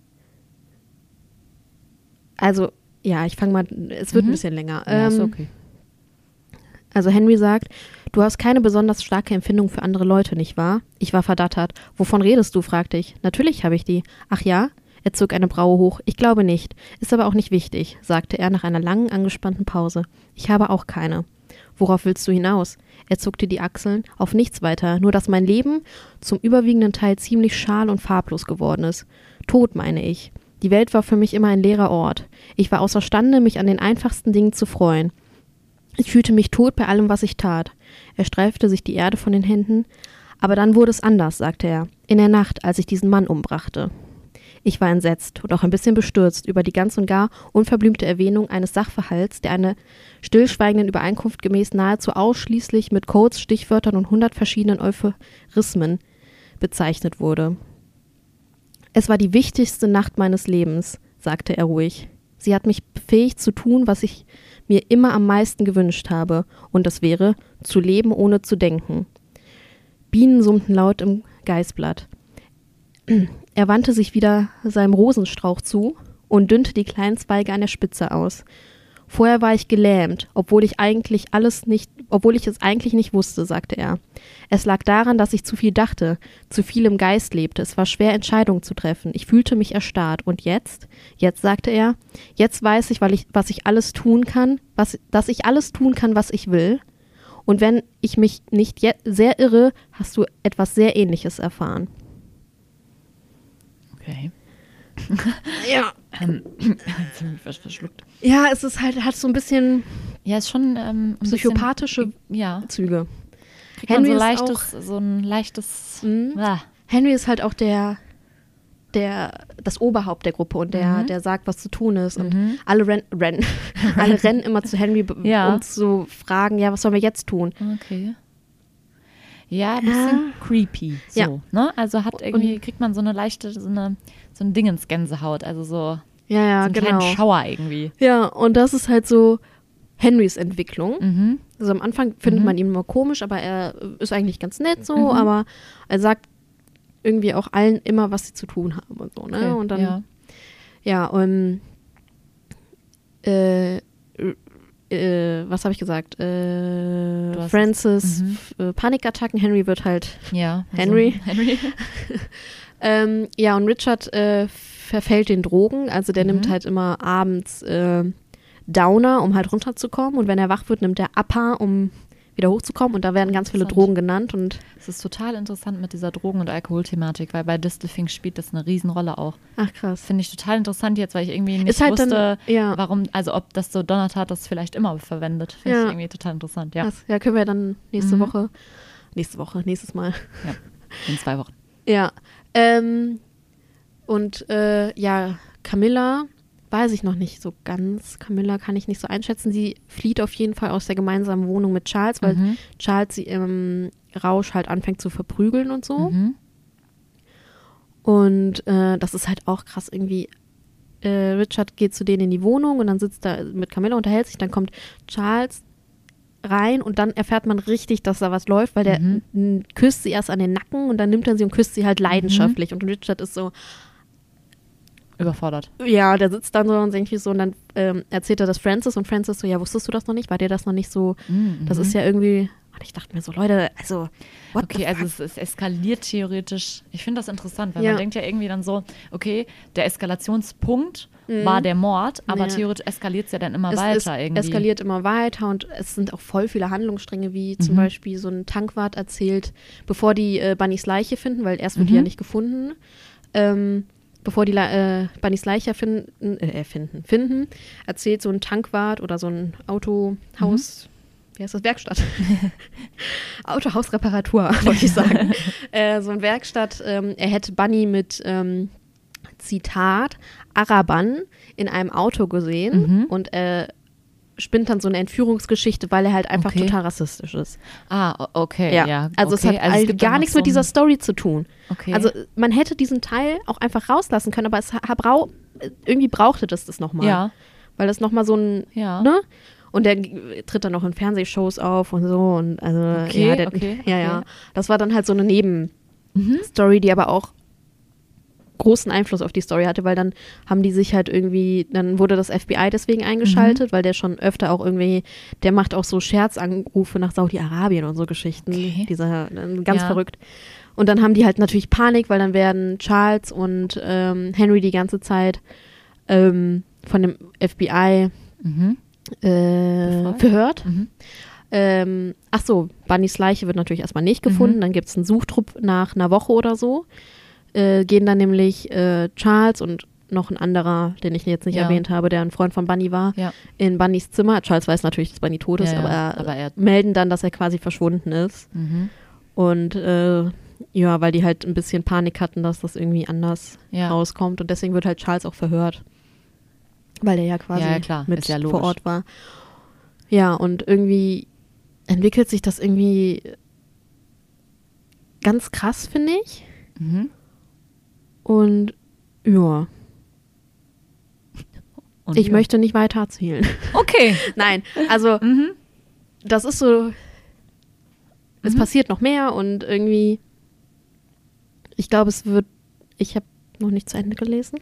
Also, ja, ich fange mal, es wird ein bisschen länger. Ja, ist okay. Also Henry sagt, du hast keine besonders starke Empfindung für andere Leute, nicht wahr? Ich war verdattert. Wovon redest du, fragte ich. Natürlich habe ich die. Ach ja? Er zog eine Braue hoch. Ich glaube nicht. Ist aber auch nicht wichtig, sagte er nach einer langen, angespannten Pause. Ich habe auch keine. Worauf willst du hinaus? Er zuckte die Achseln. Auf nichts weiter, nur dass mein Leben zum überwiegenden Teil ziemlich schal und farblos geworden ist. Tod, meine ich. Die Welt war für mich immer ein leerer Ort. Ich war außerstande, mich an den einfachsten Dingen zu freuen. Ich fühlte mich tot bei allem, was ich tat. Er streifte sich die Erde von den Händen. Aber dann wurde es anders, sagte er. In der Nacht, als ich diesen Mann umbrachte. Ich war entsetzt und auch ein bisschen bestürzt über die ganz und gar unverblümte Erwähnung eines Sachverhalts, der einer stillschweigenden Übereinkunft gemäß nahezu ausschließlich mit Codes, Stichwörtern und 100 verschiedenen Euphemismen bezeichnet wurde. Es war die wichtigste Nacht meines Lebens, sagte er ruhig. Sie hat mich befähigt zu tun, was ich mir immer am meisten gewünscht habe, und das wäre, zu leben ohne zu denken. Bienen summten laut im Geißblatt. Er wandte sich wieder seinem Rosenstrauch zu und dünnte die kleinen Zweige an der Spitze aus. Vorher war ich gelähmt, obwohl ich es eigentlich nicht wusste, sagte er. Es lag daran, dass ich zu viel dachte, zu viel im Geist lebte. Es war schwer, Entscheidungen zu treffen. Ich fühlte mich erstarrt. Und jetzt? Jetzt, sagte er, jetzt weiß ich, dass ich alles tun kann, was ich will. Und wenn ich mich nicht sehr irre, hast du etwas sehr Ähnliches erfahren. Okay. Ja. Jetzt habe ich was verschluckt. Ja, es ist halt, hat so ein bisschen Ja, ist schon ein psychopathische bisschen, Züge. Kriegt Henry man ist so ein leichtes. Henry ist halt auch das Oberhaupt der Gruppe und der sagt, was zu tun ist. Und alle rennen immer zu Henry, um zu fragen, ja, was sollen wir jetzt tun? Okay. Ja, ein bisschen creepy. So, Ja. ne? Also kriegt man so eine leichte, so ein Dingens-Gänsehaut, also so einen kleinen Schauer irgendwie. Ja, und das ist halt so Henrys Entwicklung. Also am Anfang findet man ihn immer komisch, aber er ist eigentlich ganz nett so, aber er sagt irgendwie auch allen immer, was sie zu tun haben und so, ne? Okay, Und dann, was habe ich gesagt? Francis, Panikattacken, Henry wird halt Henry. Ja, und Richard verfällt den Drogen, also der nimmt halt immer abends Downer, um halt runterzukommen, und wenn er wach wird, nimmt er Upper, um wieder hochzukommen, und da werden ganz viele Drogen genannt. Und es ist total interessant mit dieser Drogen- und Alkoholthematik, weil bei Distelfink spielt das eine Riesenrolle auch. Ach krass. Finde ich total interessant jetzt, weil ich irgendwie nicht halt wusste, dann, warum, also ob das so Donnertat das vielleicht immer verwendet. Finde ich irgendwie total interessant, ja. Krass. Ja, können wir dann nächstes Mal. Ja, in 2 Wochen. Ja, Camilla weiß ich noch nicht so ganz. Camilla kann ich nicht so einschätzen. Sie flieht auf jeden Fall aus der gemeinsamen Wohnung mit Charles, weil Charles sie im Rausch halt anfängt zu verprügeln und so. Und das ist halt auch krass irgendwie. Richard geht zu denen in die Wohnung und dann sitzt da mit Camilla, unterhält sich, dann kommt Charles rein und dann erfährt man richtig, dass da was läuft, weil der küsst sie erst an den Nacken und dann nimmt er sie und küsst sie halt leidenschaftlich. Und Richard ist so überfordert. Ja, der sitzt dann so und irgendwie so, und dann erzählt er das Francis, und Francis so, ja, wusstest du das noch nicht? War dir das noch nicht so, das ist ja irgendwie, Und ich dachte mir so, Leute, also, what the Okay, also fuck? es eskaliert theoretisch. Ich finde das interessant, weil Ja. man denkt ja irgendwie dann so, okay, der Eskalationspunkt war der Mord, aber Ja. theoretisch eskaliert es ja dann immer Es weiter irgendwie. eskaliert immer weiter und es sind auch voll viele Handlungsstränge, wie zum Beispiel so ein Tankwart erzählt, bevor die Bunnys Leiche finden, weil erst wird die ja nicht gefunden, bevor die Bunnys Leiche finden, erzählt so ein Tankwart oder so ein Autohaus, wie heißt das, Werkstatt? Autohausreparatur, wollte ich sagen. So ein Werkstatt, er hätte Bunny mit Zitat, Araban in einem Auto gesehen und spinnt dann so eine Entführungsgeschichte, weil er halt einfach Okay. total rassistisch ist. Okay, ja. Also es okay. hat es gibt dann gar noch nichts so mit dieser Story zu tun. Okay. Also man hätte diesen Teil auch einfach rauslassen können, aber irgendwie brauchte das nochmal. Ja. Weil das nochmal so ein, Ja. ne? Und der tritt dann noch in Fernsehshows auf und so und also Okay, ja, okay. Das war dann halt so eine Nebenstory, die aber auch großen Einfluss auf die Story hatte, weil dann haben die sich halt irgendwie, dann wurde das FBI deswegen eingeschaltet, weil der schon öfter auch irgendwie, der macht auch so Scherzanrufe nach Saudi-Arabien und so Geschichten, Okay. ganz Ja. verrückt. Und dann haben die halt natürlich Panik, weil dann werden Charles und Henry die ganze Zeit von dem FBI verhört. Ach so, Bunnys Leiche wird natürlich erstmal nicht gefunden. Dann gibt es einen Suchtrupp nach einer Woche oder so. Gehen dann nämlich Charles und noch ein anderer, den ich jetzt nicht Ja. erwähnt habe, der ein Freund von Bunny war, Ja. in Bunnys Zimmer. Charles weiß natürlich, dass Bunny tot ist, Ja, ja. aber Aber er- melden dann, dass er quasi verschwunden ist. Und ja, weil die halt ein bisschen Panik hatten, dass das irgendwie anders Ja. rauskommt. Und deswegen wird halt Charles auch verhört. Weil der ja quasi Ja, klar. mit Ist ja vor logisch. Ort war. Ja, und irgendwie entwickelt sich das irgendwie ganz krass, finde ich. Und ja, Und ich ja. möchte nicht weiter erzählen. Okay. Nein, also das ist so, es passiert noch mehr und irgendwie, ich glaube, ich habe noch nicht zu Ende gelesen.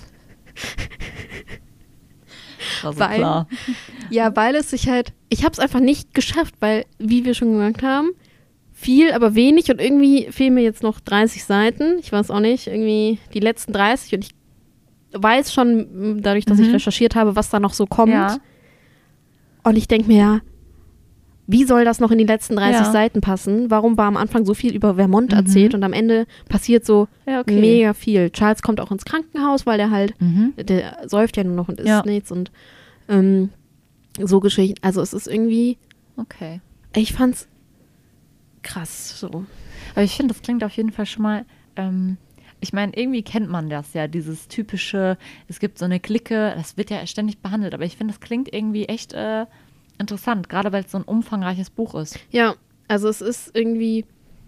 War so Weil- klar. Ja, weil es sich halt, ich habe es einfach nicht geschafft, weil, wie wir schon gesagt haben, viel, aber wenig und irgendwie fehlen mir jetzt noch 30 Seiten. Ich weiß auch nicht, irgendwie die letzten 30 und ich weiß schon, dadurch, dass ich recherchiert habe, was da noch so kommt. Ja. Und ich denke mir ja, wie soll das noch in die letzten 30 Ja. Seiten passen? Warum war am Anfang so viel über Vermont erzählt und am Ende passiert so Ja, okay. mega viel? Charles kommt auch ins Krankenhaus, weil der halt, der säuft ja nur noch und isst Ja. nichts und so Geschichten. Also es ist irgendwie, Okay. ich fand's krass so. Aber ich finde, das klingt auf jeden Fall schon mal, ich meine, irgendwie kennt man das ja, dieses typische, es gibt so eine Clique, das wird ja ständig behandelt, aber ich finde, das klingt irgendwie echt interessant, gerade weil es so ein umfangreiches Buch ist. Ja, also es ist irgendwie,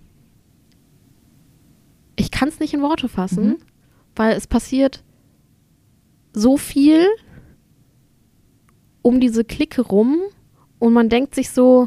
ich kann es nicht in Worte fassen, weil es passiert so viel um diese Clique rum und man denkt sich so,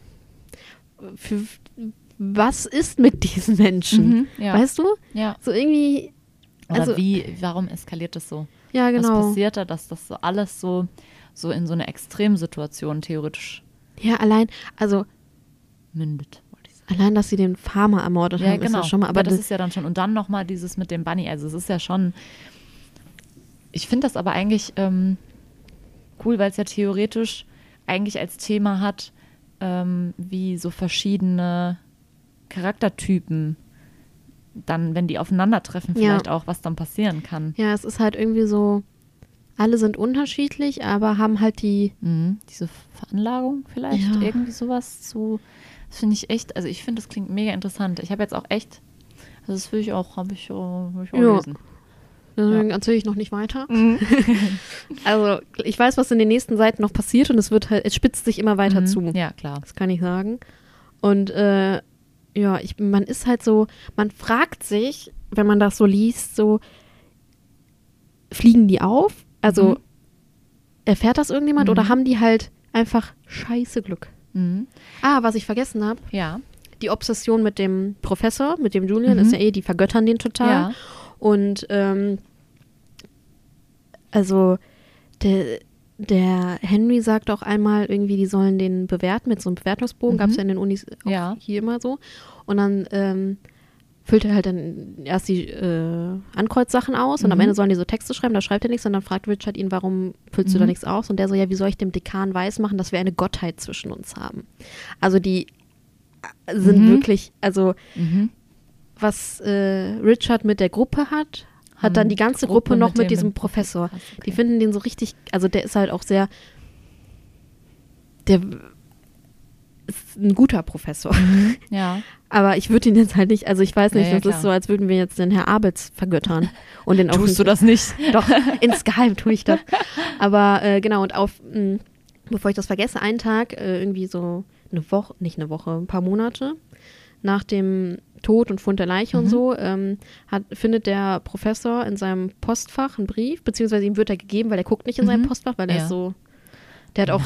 was ist mit diesen Menschen? Ja. Weißt du? Ja. So irgendwie, Oder also, warum eskaliert das so? ja Was genau. passiert da, dass das so alles so in so eine Extremsituation theoretisch Ja, allein, also mündet, wollte ich sagen. allein, dass sie den Farmer ermordet Ja, haben, ist genau. ja schon mal, aber das ist ja dann schon, und dann nochmal dieses mit dem Bunny, also es ist ja schon, ich finde das aber eigentlich cool, weil es ja theoretisch eigentlich als Thema hat, wie so verschiedene Charaktertypen dann, wenn die aufeinandertreffen, Ja. vielleicht auch, was dann passieren kann. ja, es ist halt irgendwie so, alle sind unterschiedlich, aber haben halt die, Diese Veranlagung vielleicht, Ja. irgendwie sowas zu, das finde ich echt, also ich finde, das klingt mega interessant. Ich habe jetzt auch echt, also das will ich auch, habe ich auch Ja. lesen. deswegen erzähle ich noch nicht weiter. Also ich weiß, was in den nächsten Seiten noch passiert und es wird halt, es spitzt sich immer weiter zu. Ja, klar. Das kann ich sagen. Und ja, man ist halt so, man fragt sich, wenn man das so liest, so, fliegen die auf? Also erfährt das irgendjemand oder haben die halt einfach scheiße Glück? Was ich vergessen habe, Ja. die Obsession mit dem Professor, mit dem Julian, ist ja die vergöttern den total. Ja. Und also der Henry sagt auch einmal irgendwie, die sollen den bewerten mit so einem Bewertungsbogen, gab es ja in den Unis auch hier immer so. Und dann füllt er halt dann erst die Ankreuzsachen aus und am Ende sollen die so Texte schreiben, da schreibt er nichts und dann fragt Richard ihn, warum füllst du da nichts aus? Und der so, ja, wie soll ich dem Dekan weismachen, dass wir eine Gottheit zwischen uns haben? Also die sind wirklich, also was Richard mit der Gruppe hat dann die ganze Gruppe noch mit diesem Professor. Krass, okay. Die finden den so richtig, also der ist halt auch sehr, der ist ein guter Professor. Ja. Aber ich würde ihn jetzt halt nicht, also ich weiß nicht, Ja, das klar. ist so, als würden wir jetzt den Herr Abels vergöttern. Und den Tust du das nicht? Doch, insgeheim tue ich das. Aber genau, und bevor ich das vergesse, einen Tag, irgendwie so ein paar Monate nach dem Tod und Fund der Leiche und so, findet der Professor in seinem Postfach einen Brief, beziehungsweise ihm wird er gegeben, weil er guckt nicht in sein Postfach, weil er ist so, der hat auch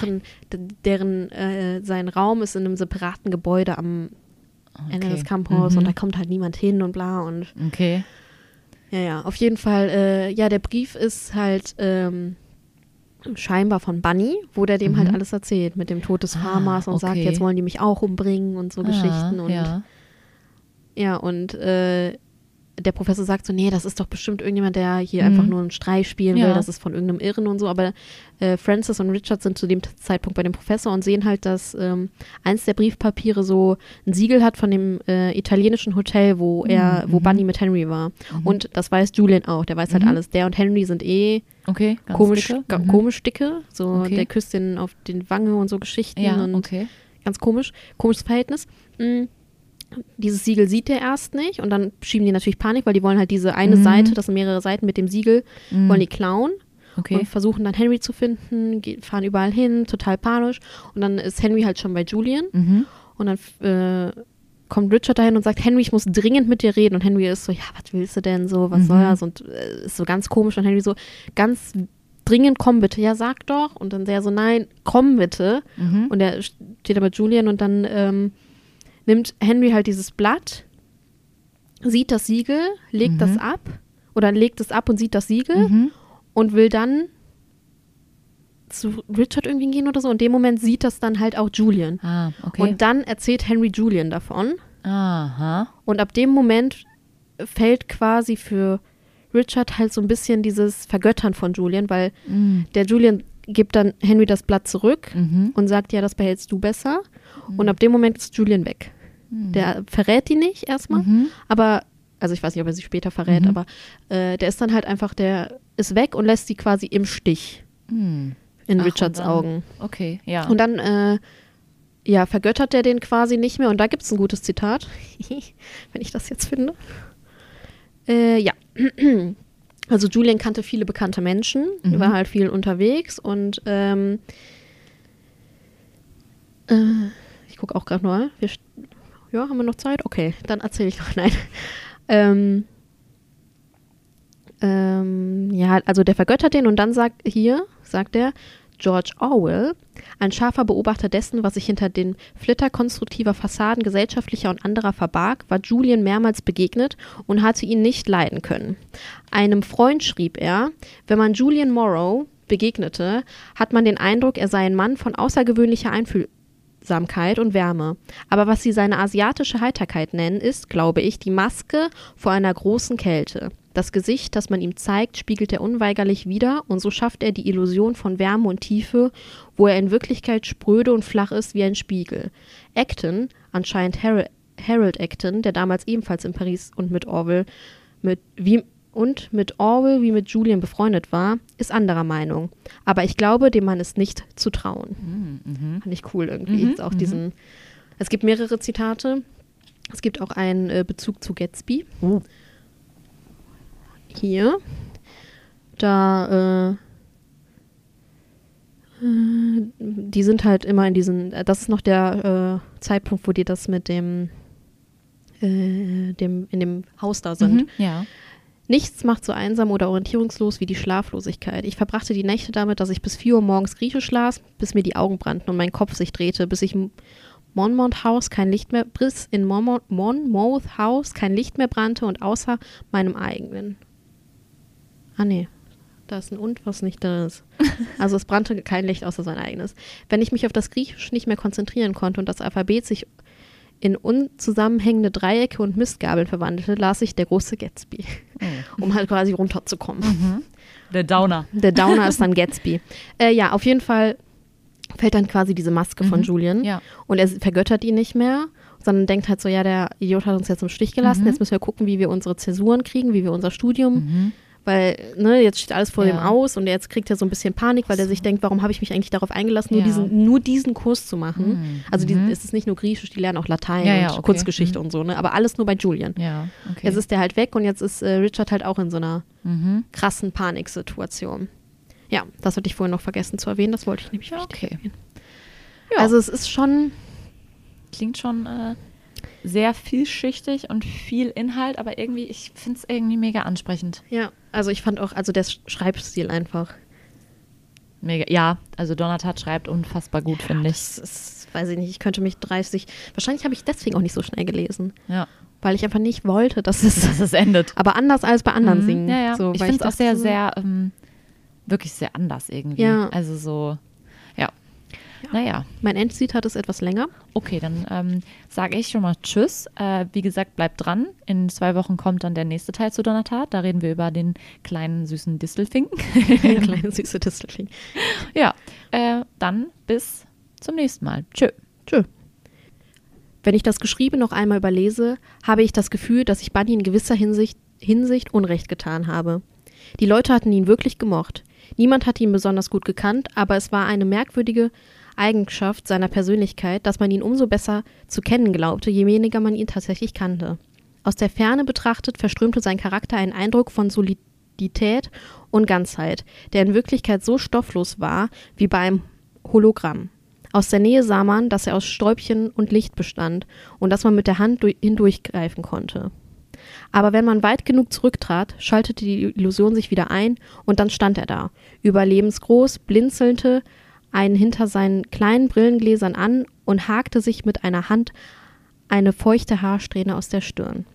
sein Raum ist in einem separaten Gebäude am Ende des Campus und da kommt halt niemand hin und bla und Okay. ja, auf jeden Fall, der Brief ist halt scheinbar von Bunny, wo der dem halt alles erzählt mit dem Tod des Farmers und sagt, jetzt wollen die mich auch umbringen und so Geschichten und und der Professor sagt so, nee, das ist doch bestimmt irgendjemand, der hier einfach nur einen Streich spielen will, das ist von irgendeinem Irren und so, aber Francis und Richard sind zu dem Zeitpunkt bei dem Professor und sehen halt, dass eins der Briefpapiere so ein Siegel hat von dem italienischen Hotel, wo Bunny mit Henry war. Und das weiß Julian auch, der weiß halt alles. Der und Henry sind ganz komisch dicke, so Okay. der küsst den auf den Wange und so Geschichten und okay. ganz komisches Verhältnis. Dieses Siegel sieht der erst nicht und dann schieben die natürlich Panik, weil die wollen halt diese eine Seite, das sind mehrere Seiten mit dem Siegel, wollen die klauen und versuchen dann Henry zu finden, fahren überall hin, total panisch und dann ist Henry halt schon bei Julian und dann kommt Richard dahin und sagt, Henry, ich muss dringend mit dir reden und Henry ist so, ja, was willst du denn so, was soll das und ist so ganz komisch und Henry so, ganz dringend, komm bitte, ja, sag doch und dann der so, nein, komm bitte und er steht da mit Julian und dann nimmt Henry halt dieses Blatt, sieht das Siegel, legt das ab oder legt es ab und sieht das Siegel und will dann zu Richard irgendwie gehen oder so. Und in dem Moment sieht das dann halt auch Julian. Und dann erzählt Henry Julian davon. Aha. Und ab dem Moment fällt quasi für Richard halt so ein bisschen dieses Vergöttern von Julian, weil der Julian gibt dann Henry das Blatt zurück und sagt, ja, das behältst du besser. Und ab dem Moment ist Julian weg. Der verrät die nicht erstmal, aber, also ich weiß nicht, ob er sie später verrät, aber der ist dann halt einfach, der ist weg und lässt sie quasi im Stich in Richards Augen. Okay, ja. Und dann, vergöttert der den quasi nicht mehr und da gibt es ein gutes Zitat, wenn ich das jetzt finde. Also Julian kannte viele bekannte Menschen, war halt viel unterwegs und ich gucke auch gerade mal. Haben wir noch Zeit? Okay, dann erzähle ich noch. Nein. Also der vergöttert den und dann sagt er, George Orwell, ein scharfer Beobachter dessen, was sich hinter den Flitter konstruktiver Fassaden gesellschaftlicher und anderer verbarg, war Julian mehrmals begegnet und hatte ihn nicht leiden können. Einem Freund schrieb er, wenn man Julian Morrow begegnete, hat man den Eindruck, er sei ein Mann von außergewöhnlicher Einfühlsamkeit und Wärme. Aber was sie seine asiatische Heiterkeit nennen, ist, glaube ich, die Maske vor einer großen Kälte. Das Gesicht, das man ihm zeigt, spiegelt er unweigerlich wider und so schafft er die Illusion von Wärme und Tiefe, wo er in Wirklichkeit spröde und flach ist wie ein Spiegel. Acton, anscheinend Harold Acton, der damals ebenfalls in Paris und mit Orwell wie mit Julian befreundet war, ist anderer Meinung. Aber ich glaube, dem Mann ist nicht zu trauen. Fand ich cool irgendwie. Auch es gibt mehrere Zitate. Es gibt auch einen Bezug zu Gatsby. Hier. Da, die sind halt immer in diesen, das ist noch der Zeitpunkt, wo die das mit in dem Haus da sind. Ja. Nichts macht so einsam oder orientierungslos wie die Schlaflosigkeit. Ich verbrachte die Nächte damit, dass ich bis 4 Uhr morgens Griechisch las, bis mir die Augen brannten und mein Kopf sich drehte, bis ich Monmouth House kein Licht mehr brannte und außer meinem eigenen. Da ist ein Und, was nicht da ist. Also es brannte kein Licht außer sein eigenes. Wenn ich mich auf das Griechisch nicht mehr konzentrieren konnte und das Alphabet sich in unzusammenhängende Dreiecke und Mistgabeln verwandelte, las ich Der große Gatsby, um halt quasi runterzukommen. Der Downer. Der Downer ist dann Gatsby. Ja, auf jeden Fall fällt dann quasi diese Maske von Julian Ja. und er vergöttert ihn nicht mehr, sondern denkt halt so, ja, der Idiot hat uns jetzt im Stich gelassen, jetzt müssen wir gucken, wie wir unsere Zäsuren kriegen, wie wir unser Studium, weil, ne, jetzt steht alles vor ihm aus und jetzt kriegt er so ein bisschen Panik, weil er sich denkt, warum habe ich mich eigentlich darauf eingelassen, nur diesen Kurs zu machen. Also es ist nicht nur Griechisch, die lernen auch Latein und Kurzgeschichte und so, ne, aber alles nur bei Julian. Ja, okay. Jetzt ist der halt weg und jetzt ist Richard halt auch in so einer krassen Paniksituation. Ja, das hatte ich vorhin noch vergessen zu erwähnen, das wollte ich nämlich wichtig erwähnen. Ja. Also es ist schon... Klingt schon sehr vielschichtig und viel Inhalt, aber irgendwie, ich finde es irgendwie mega ansprechend. Ja, also ich fand auch, also der Schreibstil einfach. Mega, ja, also Donnertat schreibt unfassbar gut, finde ich. Das ist, weiß ich nicht, ich könnte mich wahrscheinlich habe ich deswegen auch nicht so schnell gelesen. Ja. Weil ich einfach nicht wollte, dass es endet. Aber anders als bei anderen Singen. Ja, ja. So, ich finde es auch sehr, sehr, wirklich sehr anders irgendwie. Ja. Also so, ja. Naja. Mein Endzitat ist etwas länger. Okay, dann sage ich schon mal Tschüss. Wie gesagt, bleibt dran. In 2 Wochen kommt dann der nächste Teil zu Donnertat. Da reden wir über den kleinen, süßen Distelfinken. Kleine, süße Distelfinken. Ja, dann bis zum nächsten Mal. Tschö. Tschö. Wenn ich das Geschriebene noch einmal überlese, habe ich das Gefühl, dass ich Bunny in gewisser Hinsicht Unrecht getan habe. Die Leute hatten ihn wirklich gemocht. Niemand hatte ihn besonders gut gekannt, aber es war eine merkwürdige Eigenschaft seiner Persönlichkeit, dass man ihn umso besser zu kennen glaubte, je weniger man ihn tatsächlich kannte. Aus der Ferne betrachtet verströmte sein Charakter einen Eindruck von Solidität und Ganzheit, der in Wirklichkeit so stofflos war wie bei einem Hologramm. Aus der Nähe sah man, dass er aus Stäubchen und Licht bestand und dass man mit der Hand hindurchgreifen konnte. Aber wenn man weit genug zurücktrat, schaltete die Illusion sich wieder ein und dann stand er da, überlebensgroß, blinzelte einen hinter seinen kleinen Brillengläsern an und hakte sich mit einer Hand eine feuchte Haarsträhne aus der Stirn.